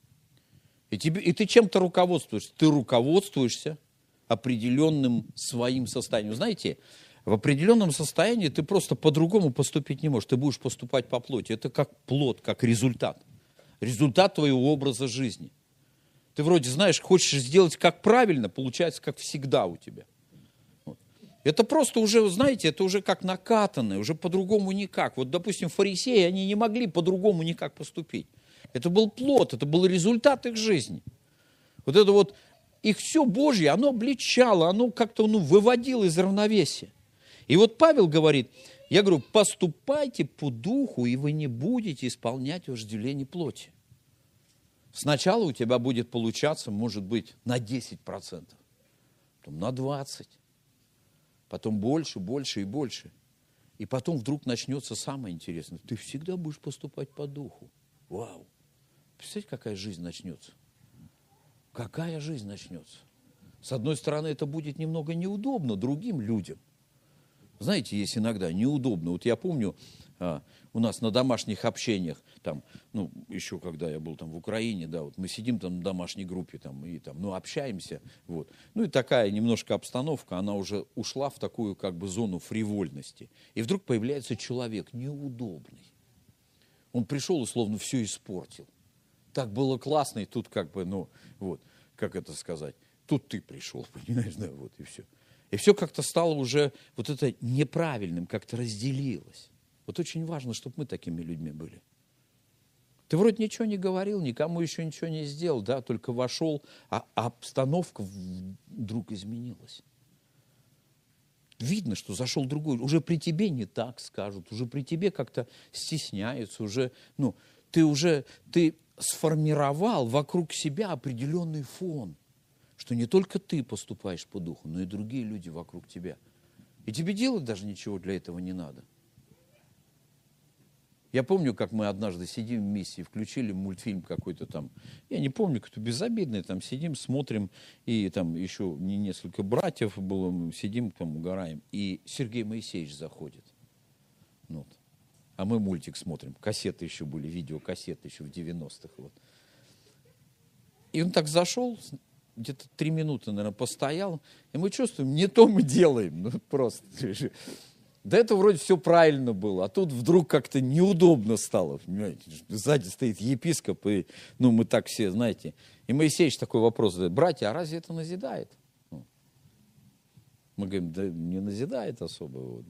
S1: И ты чем-то руководствуешься. Ты руководствуешься определенным своим состоянием. Знаете, в определенном состоянии ты просто по-другому поступить не можешь. Ты будешь поступать по плоти. Это как плод, как результат. Результат твоего образа жизни. Ты вроде знаешь, хочешь сделать как правильно, получается как всегда у тебя. Вот. Это просто уже, знаете, это уже как накатанное, уже по-другому никак. Вот, допустим, фарисеи, они не могли по-другому никак поступить. Это был плод, это был результат их жизни. Вот это вот их все Божье, оно обличало, оно как-то выводило из равновесия. И вот Павел говорит, я говорю, поступайте по духу, и вы не будете исполнять вожделение плоти. Сначала у тебя будет получаться, может быть, на 10%, потом на 20%, потом больше, больше и больше. И потом вдруг начнется самое интересное. Ты всегда будешь поступать по духу. Вау! Представляете, какая жизнь начнется? Какая жизнь начнется? С одной стороны, это будет немного неудобно другим людям. Знаете, есть иногда неудобно. Вот я помню, у нас на домашних общениях, там, еще когда я был там в Украине, да, вот мы сидим там на домашней группе, там, и там, общаемся, вот. И такая немножко обстановка, она уже ушла в такую как бы зону фривольности. И вдруг появляется человек неудобный. Он пришел и словно все испортил. Так было классно, и тут как бы, как это сказать, тут ты пришел, понимаешь, да, вот и все. И все как-то стало уже вот это неправильным, как-то разделилось. Вот очень важно, чтобы мы такими людьми были. Ты вроде ничего не говорил, никому еще ничего не сделал, да, только вошел, а обстановка вдруг изменилась. Видно, что зашел другой, уже при тебе не так скажут, уже при тебе как-то стесняются, уже, ты сформировал вокруг себя определенный фон, что не только ты поступаешь по духу, но и другие люди вокруг тебя. И тебе делать даже ничего для этого не надо. Я помню, как мы однажды сидим в миссии, включили мультфильм какой-то там, я не помню, кто безобидный, там сидим, смотрим, и там еще несколько братьев было, мы сидим, там угораем, и Сергей Моисеевич заходит. Вот. А мы мультик смотрим, кассеты еще были, видеокассеты еще в 90-х. Вот. И он так зашел, где-то 3 минуты, наверное, постоял, и мы чувствуем, не то мы делаем, ну просто. До этого вроде все правильно было, а тут вдруг как-то неудобно стало. Понимаете? Сзади стоит епископ, и ну, мы так все, знаете. И Моисеевич такой вопрос задает: братья, а разве это назидает? Мы говорим: да не назидает особо.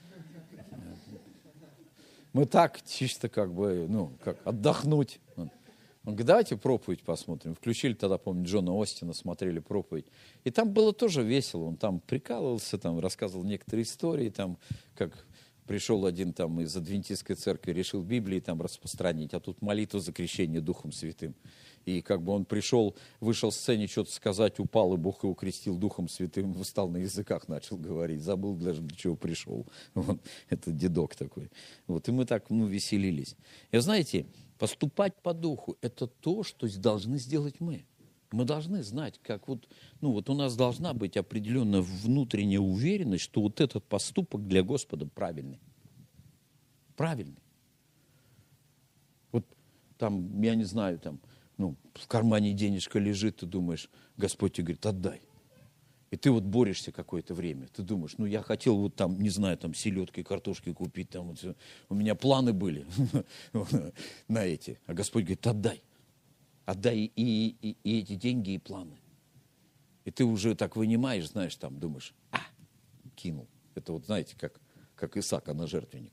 S1: Мы так чисто как бы, ну, как отдохнуть. Он говорит: давайте проповедь посмотрим. Включили тогда, помню, Джона Остина, смотрели проповедь. И там было тоже весело. Он там прикалывался, там рассказывал некоторые истории, там, как пришел один там из адвентистской церкви, решил Библии там распространить, а тут молитва за крещение Духом Святым. И как бы он пришел, вышел с сцены что-то сказать, упал, и Бог его крестил Духом Святым, встал на языках, начал говорить, забыл даже, для чего пришел. Вот, это дедок такой. Вот, и мы так, ну, веселились. И знаете, поступать по духу – это то, что должны сделать мы. Мы должны знать, как вот, ну вот у нас должна быть определенная внутренняя уверенность, что вот этот поступок для Господа правильный. Правильный. Вот там, я не знаю, там, ну, в кармане денежка лежит, ты думаешь, Господь тебе говорит: отдай. И ты вот борешься какое-то время. Ты думаешь, ну я хотел вот там, не знаю, там селедки, картошки купить, там вот все. У меня планы были на эти. А Господь говорит: отдай. Отдай и эти деньги, и планы. И ты уже так вынимаешь, знаешь, там думаешь: кинул. Это вот, знаете, как Исаака на жертвенник.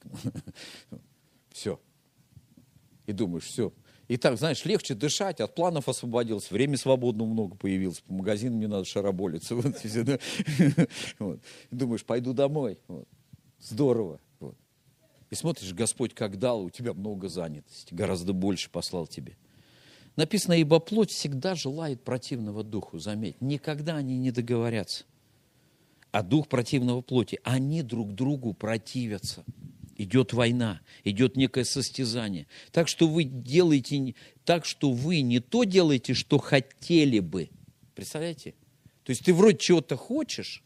S1: Все. И думаешь: все. И так, знаешь, легче дышать, от планов освободился, время свободного много появилось, по магазинам не надо шараболиться. Вот, вот. Думаешь: пойду домой. Вот. Здорово. Вот. И смотришь, Господь как дал, у тебя много занятости, гораздо больше послал тебе. Написано: ибо плоть всегда желает противного духу, заметь, никогда они не договорятся. А дух противного плоти, они друг другу противятся. Идет война, идет некое состязание. Так что вы делаете, так что вы не то делаете, что хотели бы. Представляете? То есть ты вроде чего-то хочешь,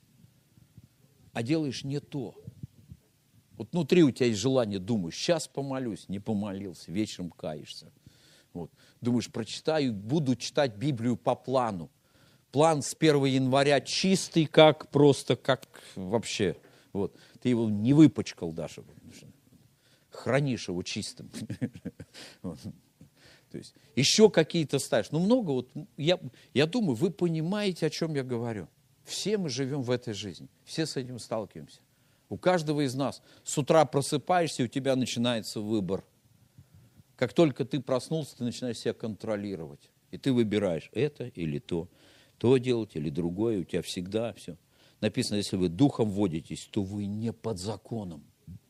S1: а делаешь не то. Вот внутри у тебя есть желание, думаешь: сейчас помолюсь, не помолился, вечером каешься. Вот. Думаешь: прочитаю, буду читать Библию по плану. План с 1 января чистый, как просто, как вообще. Вот. Ты его не выпачкал даже. Хранишь его чистым. Вот. То есть еще какие-то ставишь. Ну, много. Вот, я думаю, вы понимаете, о чем я говорю. Все мы живем в этой жизни. Все с этим сталкиваемся. У каждого из нас с утра просыпаешься, и у тебя начинается выбор. Как только ты проснулся, ты начинаешь себя контролировать. И ты выбираешь это или то. То делать или другое. У тебя всегда все. Написано: если вы духом водитесь, то вы не под законом.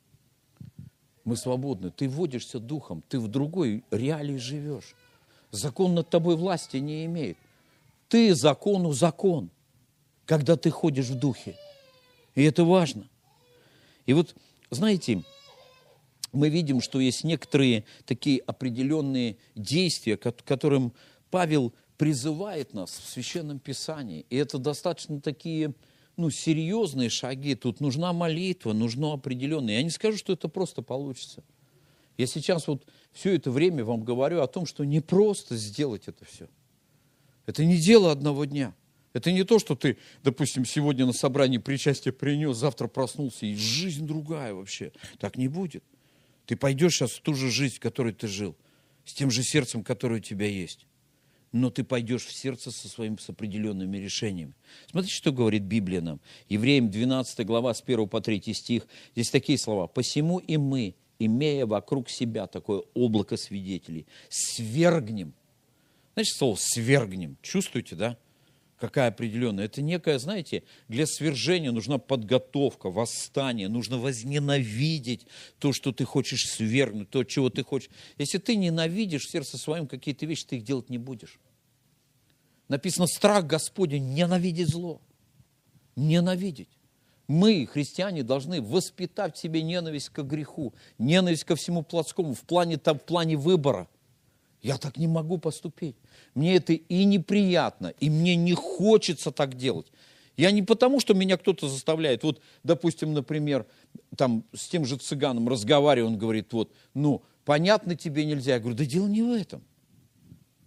S1: Мы свободны. Ты водишься духом. Ты в другой реалии живешь. Закон над тобой власти не имеет. Ты закону закон, когда ты ходишь в духе. И это важно. И вот, знаете, мы видим, что есть некоторые такие определенные действия, к которым Павел призывает нас в Священном Писании. И это достаточно такие, ну, серьезные шаги. Тут нужна молитва, нужно определенное. Я не скажу, что это просто получится. Я сейчас вот все это время вам говорю о том, что не просто сделать это все. Это не дело одного дня. Это не то, что ты, допустим, сегодня на собрании причастия принес, завтра проснулся, и жизнь другая вообще. Так не будет. Ты пойдешь сейчас в ту же жизнь, в которой ты жил, с тем же сердцем, которое у тебя есть. Но ты пойдешь в сердце с определенными решениями. Смотрите, что говорит Библия нам. Евреям 12 глава, с 1 по 3 стих. Здесь такие слова. «Посему и мы, имея вокруг себя такое облако свидетелей, свергнем». Знаете, слово «свергнем»? Чувствуете, да? Какая определенная. Это некая, знаете, для свержения нужна подготовка, восстание. Нужно возненавидеть то, что ты хочешь свергнуть, то, чего ты хочешь. Если ты ненавидишь в сердце своем какие-то вещи, ты их делать не будешь. Написано: страх Господень, ненавидеть зло. Ненавидеть. Мы, христиане, должны воспитать в себе ненависть к греху, ненависть ко всему плотскому в плане выбора. Я так не могу поступить. Мне это и неприятно, и мне не хочется так делать. Я не потому, что меня кто-то заставляет. Вот, допустим, например, там с тем же цыганом разговариваю, он говорит: вот, ну, понятно, тебе нельзя. Я говорю: да дело не в этом.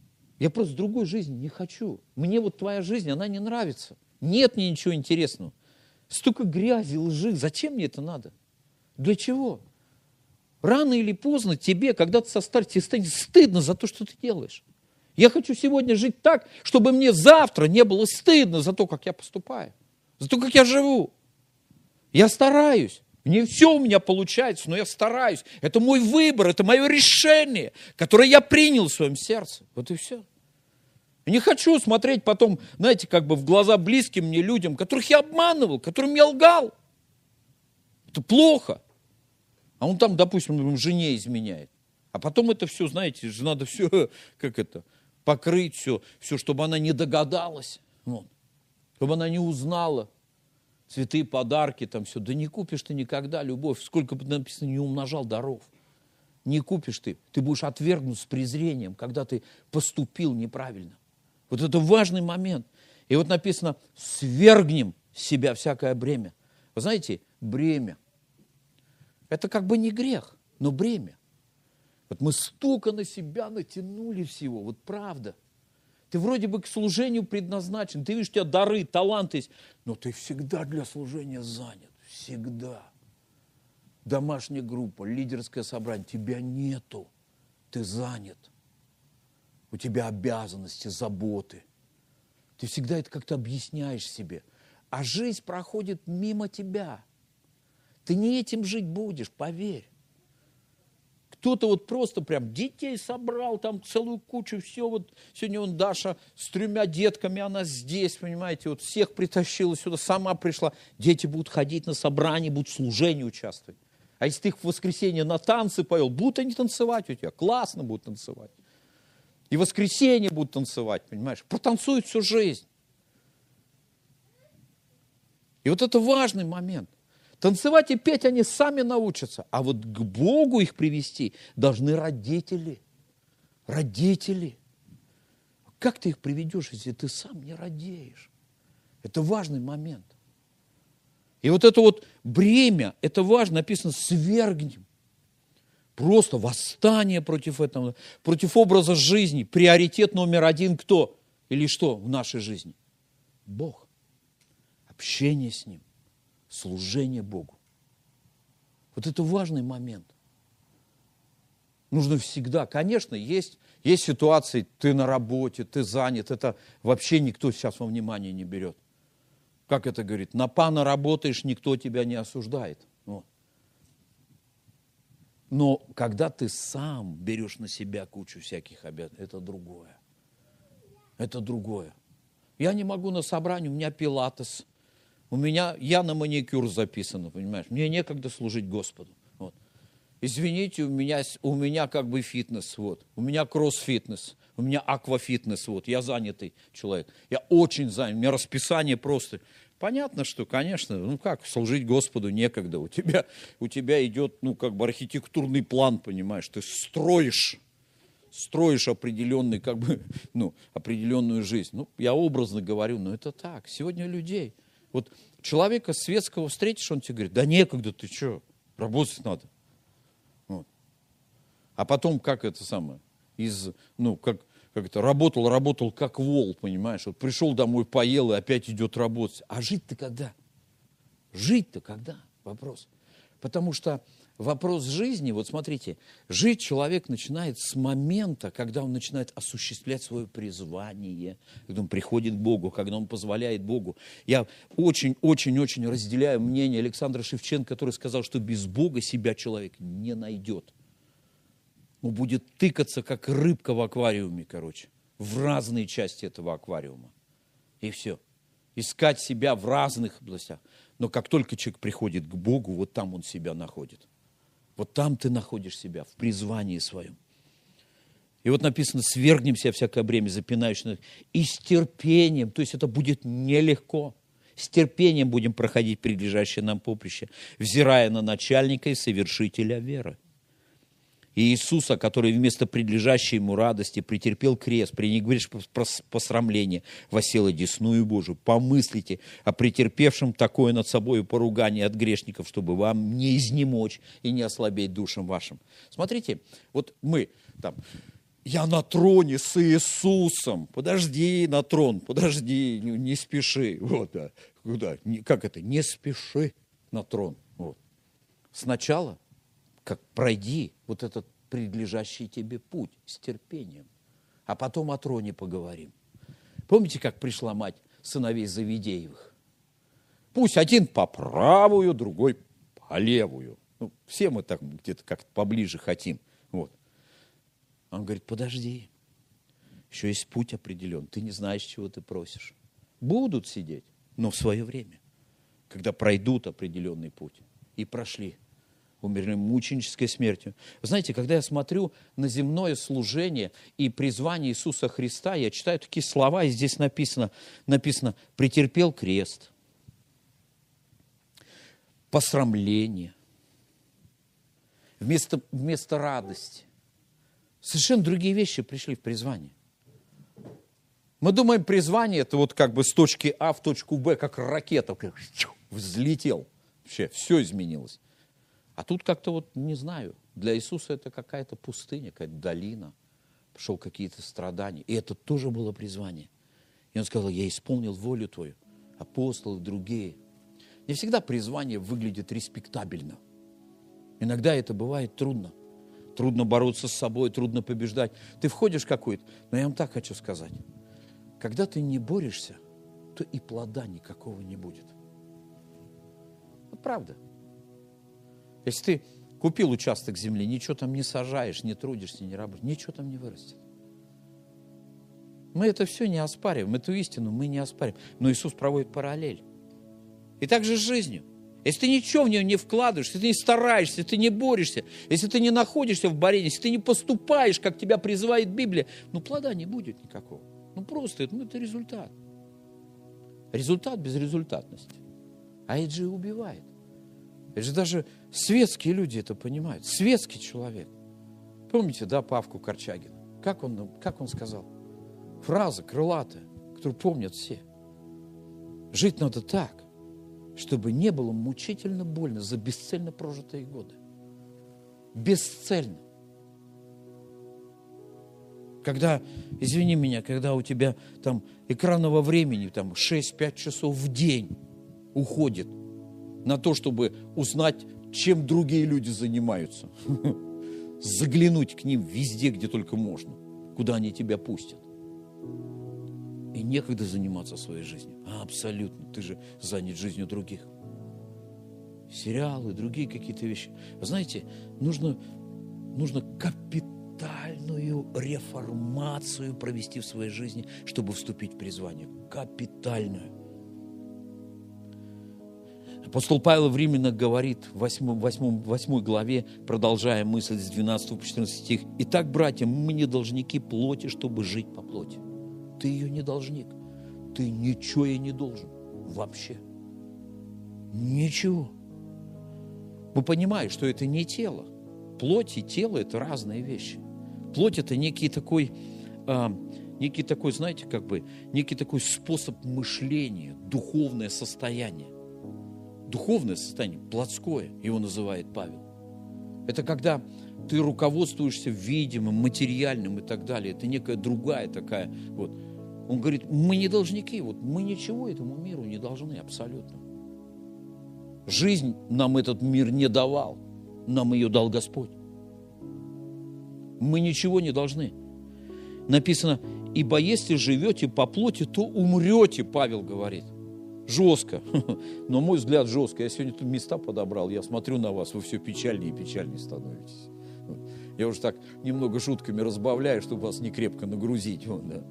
S1: Я просто другой жизни не хочу. Мне вот твоя жизнь, она не нравится. Нет мне ничего интересного. Столько грязи, лжи. Зачем мне это надо? Для чего? Рано или поздно тебе, когда ты состаришься, тебе станет стыдно за то, что ты делаешь. Я хочу сегодня жить так, чтобы мне завтра не было стыдно за то, как я поступаю. За то, как я живу. Я стараюсь. Не все у меня получается, но я стараюсь. Это мой выбор, это мое решение, которое я принял в своем сердце. Вот и все. Не хочу смотреть потом, знаете, как бы в глаза близким мне людям, которых я обманывал, которым я лгал. Это плохо. А он там, допустим, жене изменяет. А потом это все, знаете, же надо все, покрыть все, чтобы она не догадалась, вот, чтобы она не узнала. Цветы, подарки, там все. Да не купишь ты никогда любовь. Сколько бы написано, не умножал даров. Не купишь ты. Ты будешь отвергнут с презрением, когда ты поступил неправильно. Вот это важный момент. И вот написано, свергнем с себя всякое бремя. Вы знаете, бремя. Это как бы не грех, но бремя. Вот мы столько на себя натянули всего. Вот правда. Ты вроде бы к служению предназначен, ты видишь, у тебя дары, таланты есть, но ты всегда для служения занят, всегда. Домашняя группа, лидерское собрание, тебя нету, ты занят. У тебя обязанности, заботы. Ты всегда это как-то объясняешь себе. А жизнь проходит мимо тебя. Ты не этим жить будешь, поверь. Кто-то вот просто прям детей собрал, там целую кучу, все вот. Сегодня он Даша с 3 детками, она здесь, понимаете, вот всех притащила сюда, сама пришла. Дети будут ходить на собрания, будут в служении участвовать. А если ты их в воскресенье на танцы повел, будут они танцевать у тебя, классно будут танцевать. И в воскресенье будут танцевать, понимаешь, протанцуют всю жизнь. И вот это важный момент. Танцевать и петь они сами научатся, а вот к Богу их привести должны родители. Родители. Как ты их приведешь, если ты сам не радеешь? Это важный момент. И вот это вот бремя, это важно, написано, свергнем. Просто восстание против этого, против образа жизни. Приоритет номер 1 кто? Или что в нашей жизни? Бог. Общение с Ним. Служение Богу. Вот это важный момент. Нужно всегда, конечно, есть ситуации, ты на работе, ты занят, это вообще никто сейчас во внимание не берет. Как это говорит, на пана работаешь, никто тебя не осуждает. Вот. Но когда ты сам берешь на себя кучу всяких обязанностей, это другое. Это другое. Я не могу на собрании, у меня пилатес. Я на маникюр записан, понимаешь? Мне некогда служить Господу. Вот. Извините, у меня как бы фитнес, вот. У меня кросс-фитнес, у меня аквафитнес, вот. Я занятый человек. Я очень занят, у меня расписание просто. Понятно, что, конечно, служить Господу некогда. У тебя идет, архитектурный план, понимаешь? Ты строишь определенный, определенную жизнь. Я образно говорю, но это так. Сегодня людей... Вот человека светского встретишь, он тебе говорит, да некогда, ты что, работать надо. Вот. А потом, работал как вол, понимаешь, вот пришел домой, поел и опять идет работать. А жить-то когда? Жить-то когда? Вопрос. Потому что вопрос жизни, вот смотрите, жить человек начинает с момента, когда он начинает осуществлять свое призвание, когда он приходит к Богу, когда он позволяет Богу. Я очень-очень-очень разделяю мнение Александра Шевченко, который сказал, что без Бога себя человек не найдет. Он будет тыкаться, как рыбка в аквариуме, в разные части этого аквариума. И все. Искать себя в разных областях. Но как только человек приходит к Богу, вот там он себя находит. Вот там ты находишь себя, в призвании своем. И вот написано, свергнем себя всякое бремя, запинающее, и с терпением, то есть это будет нелегко, с терпением будем проходить прилежащее нам поприще, взирая на начальника и совершителя веры. И Иисуса, который вместо предлежащей ему радости претерпел крест, пренебрежь посрамление, воссел одесную Божию. Помыслите о претерпевшем такое над собой поругание от грешников, чтобы вам не изнемочь и не ослабеть душам вашим. Смотрите, вот мы там Я на троне с Иисусом. Подожди на трон, подожди, не спеши. Вот, да. Куда? Как это? Не спеши на трон. Вот. Сначала, как пройди вот этот предлежащий тебе путь с терпением, а потом о троне поговорим. Помните, как пришла мать сыновей Завидеевых? Пусть один по правую, другой по левую. Ну, все мы так где-то как-то поближе хотим. Вот. Он говорит, подожди, еще есть путь определен, ты не знаешь, чего ты просишь. Будут сидеть, но в свое время, когда пройдут определенный путь. И прошли, умерли мученической смертью. Вы знаете, когда я смотрю на земное служение и призвание Иисуса Христа, я читаю такие слова, и здесь написано, претерпел крест, посрамление, вместо радости. Совершенно другие вещи пришли в призвание. Мы думаем, призвание это вот как бы с точки А в точку Б, как ракета, взлетел. Вообще, все изменилось. А тут как-то вот, не знаю, для Иисуса это какая-то пустыня, какая-то долина. Пошел какие-то страдания. И это тоже было призвание. И он сказал, я исполнил волю твою. Апостолы, другие. Не всегда призвание выглядит респектабельно. Иногда это бывает трудно. Трудно бороться с собой, трудно побеждать. Ты входишь в какой-то... Но я вам так хочу сказать. Когда ты не борешься, то и плода никакого не будет. Вот правда. Если ты купил участок земли, ничего там не сажаешь, не трудишься, не работаешь, ничего там не вырастет. Мы это все не оспариваем, эту истину мы не оспариваем. Но Иисус проводит параллель. И так же с жизнью. Если ты ничего в нее не вкладываешь, если ты не стараешься, если ты не борешься, если ты не находишься в борении, если ты не поступаешь, как тебя призывает Библия, ну плода не будет никакого. Ну просто это результат. Результат без результатности. А это же и убивает. Это же даже светские люди это понимают. Светский человек. Помните, да, Павку Корчагина? Как он сказал? Фраза крылатая, которую помнят все. Жить надо так, чтобы не было мучительно больно за бесцельно прожитые годы. Бесцельно. Когда, извини меня, когда у тебя там экранного времени там 6-5 часов в день уходит на то, чтобы узнать, чем другие люди занимаются. Заглянуть к ним везде, где только можно, куда они тебя пустят. И некогда заниматься своей жизнью. Абсолютно. Ты же занят жизнью других. Сериалы, другие какие-то вещи. Вы знаете, нужно капитальную реформацию провести в своей жизни, чтобы вступить в призвание. Капитальную. Апостол Павел в Римлянах говорит в 8 главе, продолжая мысль с 12 по 14 стих. «Итак, братья, мы не должники плоти, чтобы жить по плоти». Ты ее не должник. Ты ничего ей не должен. Вообще. Ничего. Вы понимаете, что это не тело. Плоть и тело – это разные вещи. Плоть – это некий такой, знаете, как бы, некий такой способ мышления, духовное состояние. Духовное состояние, плотское, его называет Павел. Это когда ты руководствуешься видимым, материальным и так далее. Это некая другая такая, вот. Он говорит, мы не должники, вот мы ничего этому миру не должны абсолютно. Жизнь нам этот мир не давал, нам ее дал Господь. Мы ничего не должны. Написано, ибо если живете по плоти, то умрете, Павел говорит. Жестко, но мой взгляд жестко. Я сегодня тут места подобрал, я смотрю на вас, вы все печальнее и печальнее становитесь. Я уже так немного шутками разбавляю, чтобы вас не крепко нагрузить.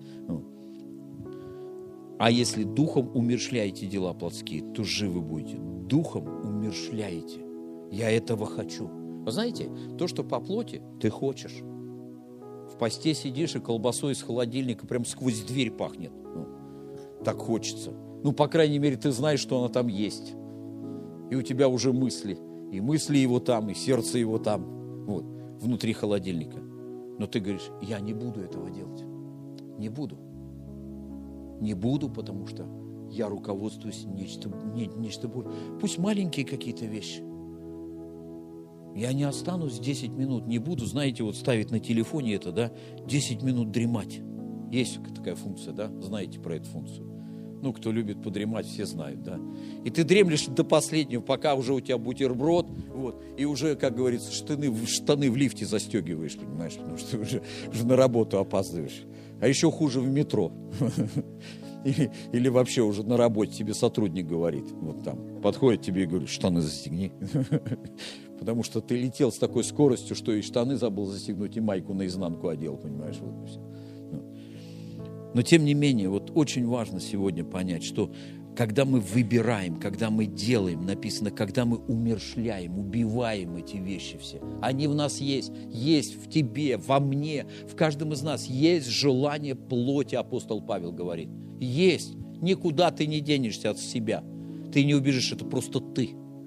S1: А если духом умерщвляете дела плотские, то живы будете. Духом умерщвляете. Я этого хочу. Вы знаете, то, что по плоти, ты хочешь. В посте сидишь, и колбасой из холодильника прям сквозь дверь пахнет. Так хочется. По крайней мере, ты знаешь, что она там есть. И у тебя уже мысли. И мысли его там, и сердце его там. Вот, внутри холодильника. Но ты говоришь, я не буду этого делать. Не буду. Не буду, потому что я руководствуюсь нечто более. Пусть маленькие какие-то вещи. Я не останусь 10 минут, не буду, знаете, вот ставить на телефоне это, да, 10 минут дремать. Есть такая функция, да, знаете про эту функцию. Ну, кто любит подремать, все знают, да. И ты дремлешь до последнего, пока уже у тебя бутерброд, вот, и уже, как говорится, штаны в лифте застегиваешь, понимаешь, потому что уже на работу опаздываешь. А еще хуже в метро. Или вообще уже на работе тебе сотрудник говорит, вот там, подходит тебе и говорит, штаны застегни. Потому что ты летел с такой скоростью, что и штаны забыл застегнуть, и майку наизнанку одел, понимаешь, вот и все. Но тем не менее, вот очень важно сегодня понять, что когда мы выбираем, когда мы делаем, написано, когда мы умерщвляем, убиваем эти вещи все, они в нас есть в тебе, во мне, в каждом из нас есть желание плоти, апостол Павел говорит. Есть. Никуда ты не денешься от себя. Ты не убежишь, это просто ты.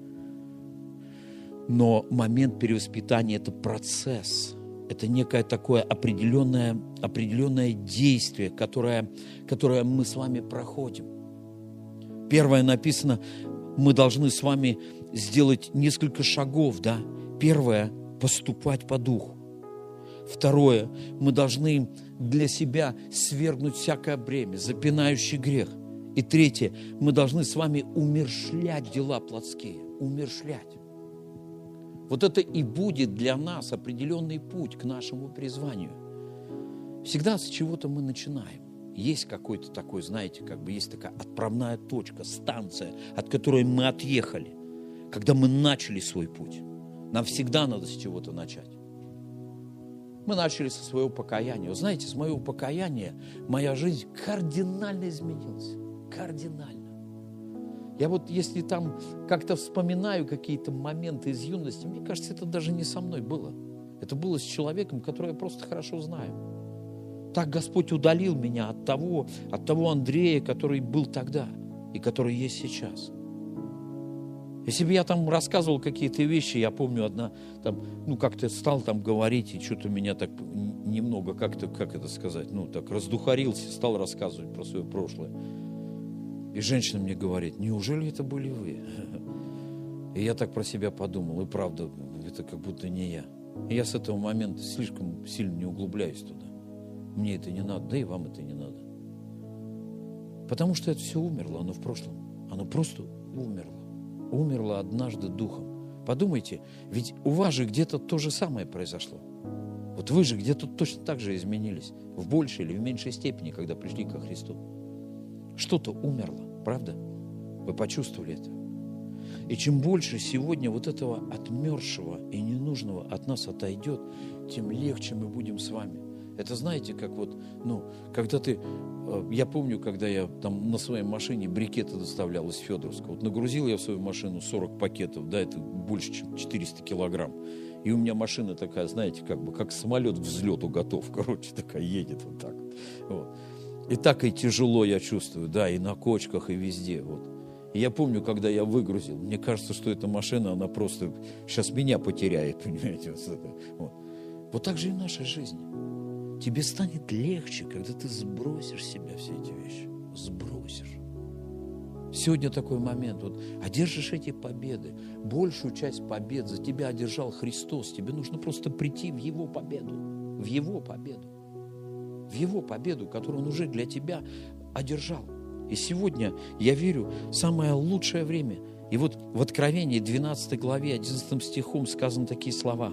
S1: Но момент перевоспитания – это процесс. Это некое такое определенное действие, которое мы с вами проходим. Первое написано, мы должны с вами сделать несколько шагов, да? Первое – поступать по духу. Второе – мы должны для себя свергнуть всякое бремя, запинающий грех. И третье – мы должны с вами умерщвлять дела плотские, умерщвлять. Вот это и будет для нас определенный путь к нашему призванию. Всегда с чего-то мы начинаем. Есть какой-то такой, знаете, как бы есть такая отправная точка, станция, от которой мы отъехали, когда мы начали свой путь. Нам всегда надо с чего-то начать. Мы начали со своего покаяния. Вы знаете, с моего покаяния моя жизнь кардинально изменилась. Кардинально. Я вот, если там как-то вспоминаю какие-то моменты из юности, мне кажется, это даже не со мной было. Это было с человеком, которого я просто хорошо знаю. Так Господь удалил меня от того Андрея, который был тогда и который есть сейчас. Если бы я там рассказывал какие-то вещи, я помню, одна там, как-то стал там говорить, и что-то меня так немного как-то, как это сказать, так раздухарился, стал рассказывать про свое прошлое. И женщина мне говорит, неужели это были вы? И я так про себя подумал, и правда, это как будто не я. И я с этого момента слишком сильно не углубляюсь туда. Мне это не надо, да и вам это не надо. Потому что это все умерло, оно в прошлом. Оно просто умерло. Умерло однажды духом. Подумайте, ведь у вас же где-то то же самое произошло. Вот вы же где-то точно так же изменились. В большей или в меньшей степени, когда пришли ко Христу. Что-то умерло, правда? Вы почувствовали это? И чем больше сегодня вот этого отмершего и ненужного от нас отойдет, тем легче мы будем с вами. Это знаете, как вот, когда ты... Я помню, когда я там на своей машине брикеты доставлял из Федоровска. Вот нагрузил я в свою машину 40 пакетов, да, это больше, чем 400 килограмм. И у меня машина такая, знаете, как самолет к взлету готов, такая едет вот так вот. И так и тяжело я чувствую, да, и на кочках, и везде, вот. И я помню, когда я выгрузил, мне кажется, что эта машина, она просто сейчас меня потеряет, понимаете, вот так же и в нашей жизни. Тебе станет легче, когда ты сбросишь с себя все эти вещи. Сбросишь. Сегодня такой момент. Вот, одержишь эти победы. Большую часть побед за тебя одержал Христос. Тебе нужно просто прийти в Его победу. В Его победу. В Его победу, которую Он уже для тебя одержал. И сегодня, я верю, самое лучшее время. И вот в Откровении 12 главе 11 стихом сказаны такие слова.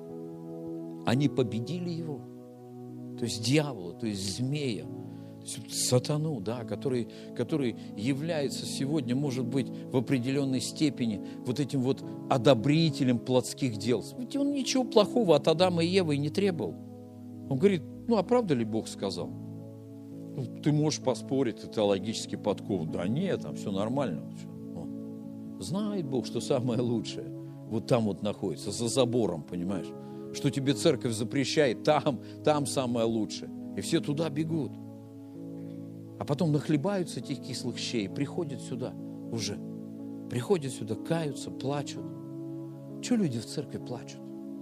S1: Они победили Его. То есть дьявола, то есть змея, то есть сатану, да, который является сегодня, может быть, в определенной степени вот этим вот одобрителем плотских дел. Ведь он ничего плохого от Адама и Евы не требовал. Он говорит, а правда ли Бог сказал? Ты можешь поспорить, ты теологически подкован. Да нет, там все нормально. Знает Бог, что самое лучшее вот там вот находится, за забором, понимаешь? Что тебе церковь запрещает, там самое лучшее. И все туда бегут. А потом нахлебаются этих кислых щей, приходят сюда уже. Приходят сюда, каются, плачут. Чего люди в церкви плачут?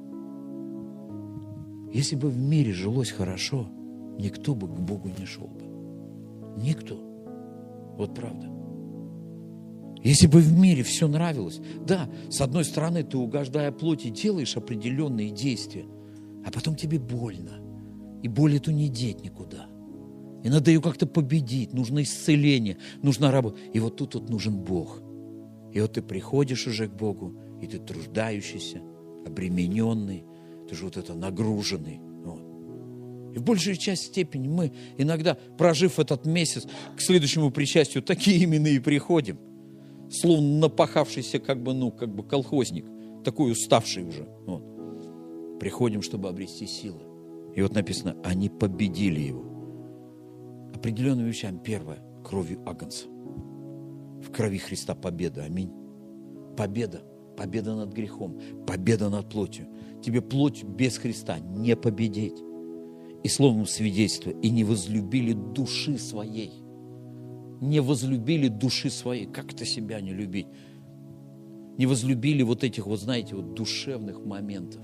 S1: Если бы в мире жилось хорошо, никто бы к Богу не шел бы. Никто. Вот правда. Если бы в мире все нравилось, да, с одной стороны, ты, угождая плоти, делаешь определенные действия, а потом тебе больно. И боль эту не деть никуда. И надо ее как-то победить. Нужно исцеление, нужна работа. И вот тут вот нужен Бог. И вот ты приходишь уже к Богу, и ты труждающийся, обремененный, ты же вот это нагруженный. Вот. И в большей степени мы иногда, прожив этот месяц, к следующему причастию такие именно и приходим. Словно напахавшийся как бы колхозник, такой уставший уже. Вот. Приходим, чтобы обрести силы. И вот написано, они победили его. Определенными вещами. Первое, кровью агнца. В крови Христа победа. Аминь. Победа. Победа над грехом. Победа над плотью. Тебе плоть без Христа не победить. И словом свидетельства. И не возлюбили души своей. Не возлюбили души своей. Как это себя не любить? Не возлюбили вот этих, вот знаете, вот душевных моментов.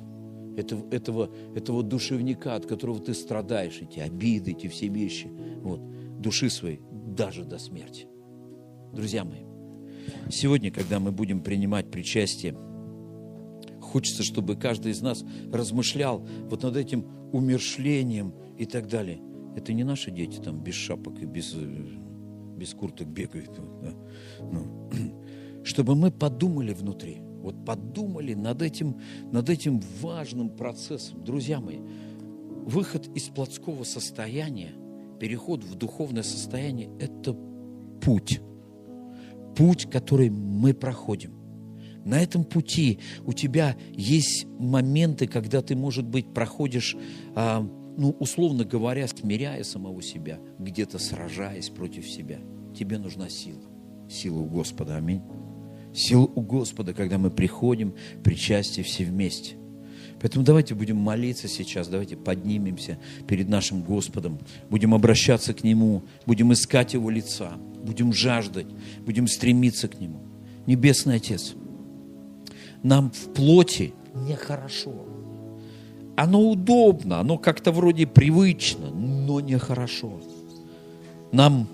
S1: Этого душевника, от которого ты страдаешь, эти обиды, эти все вещи. Вот. Души своей даже до смерти. Друзья мои, сегодня, когда мы будем принимать причастие, хочется, чтобы каждый из нас размышлял вот над этим умерщвлением и так далее. Это не наши дети там без шапок и без курток бегают. Да? Чтобы мы подумали внутри, вот подумали над этим важным процессом. Друзья мои, выход из плотского состояния, переход в духовное состояние – это путь. Путь, который мы проходим. На этом пути у тебя есть моменты, когда ты, может быть, проходишь, условно говоря, смиряя самого себя, где-то сражаясь против себя. Тебе нужна сила. Сила у Господа. Аминь. Сила у Господа, когда мы приходим в причастие все вместе. Поэтому давайте будем молиться сейчас, давайте поднимемся перед нашим Господом, будем обращаться к Нему, будем искать Его лица, будем жаждать, будем стремиться к Нему. Небесный Отец, нам в плоти нехорошо. Оно удобно, оно как-то вроде привычно, но нехорошо. Нам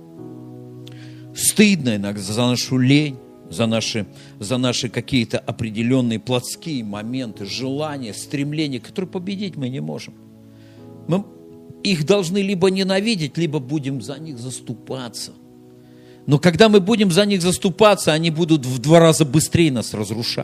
S1: стыдно иногда за нашу лень, за наши какие-то определенные плотские моменты, желания, стремления, которые победить мы не можем. Мы их должны либо ненавидеть, либо будем за них заступаться. Но когда мы будем за них заступаться, они будут в 2 раза быстрее нас разрушать.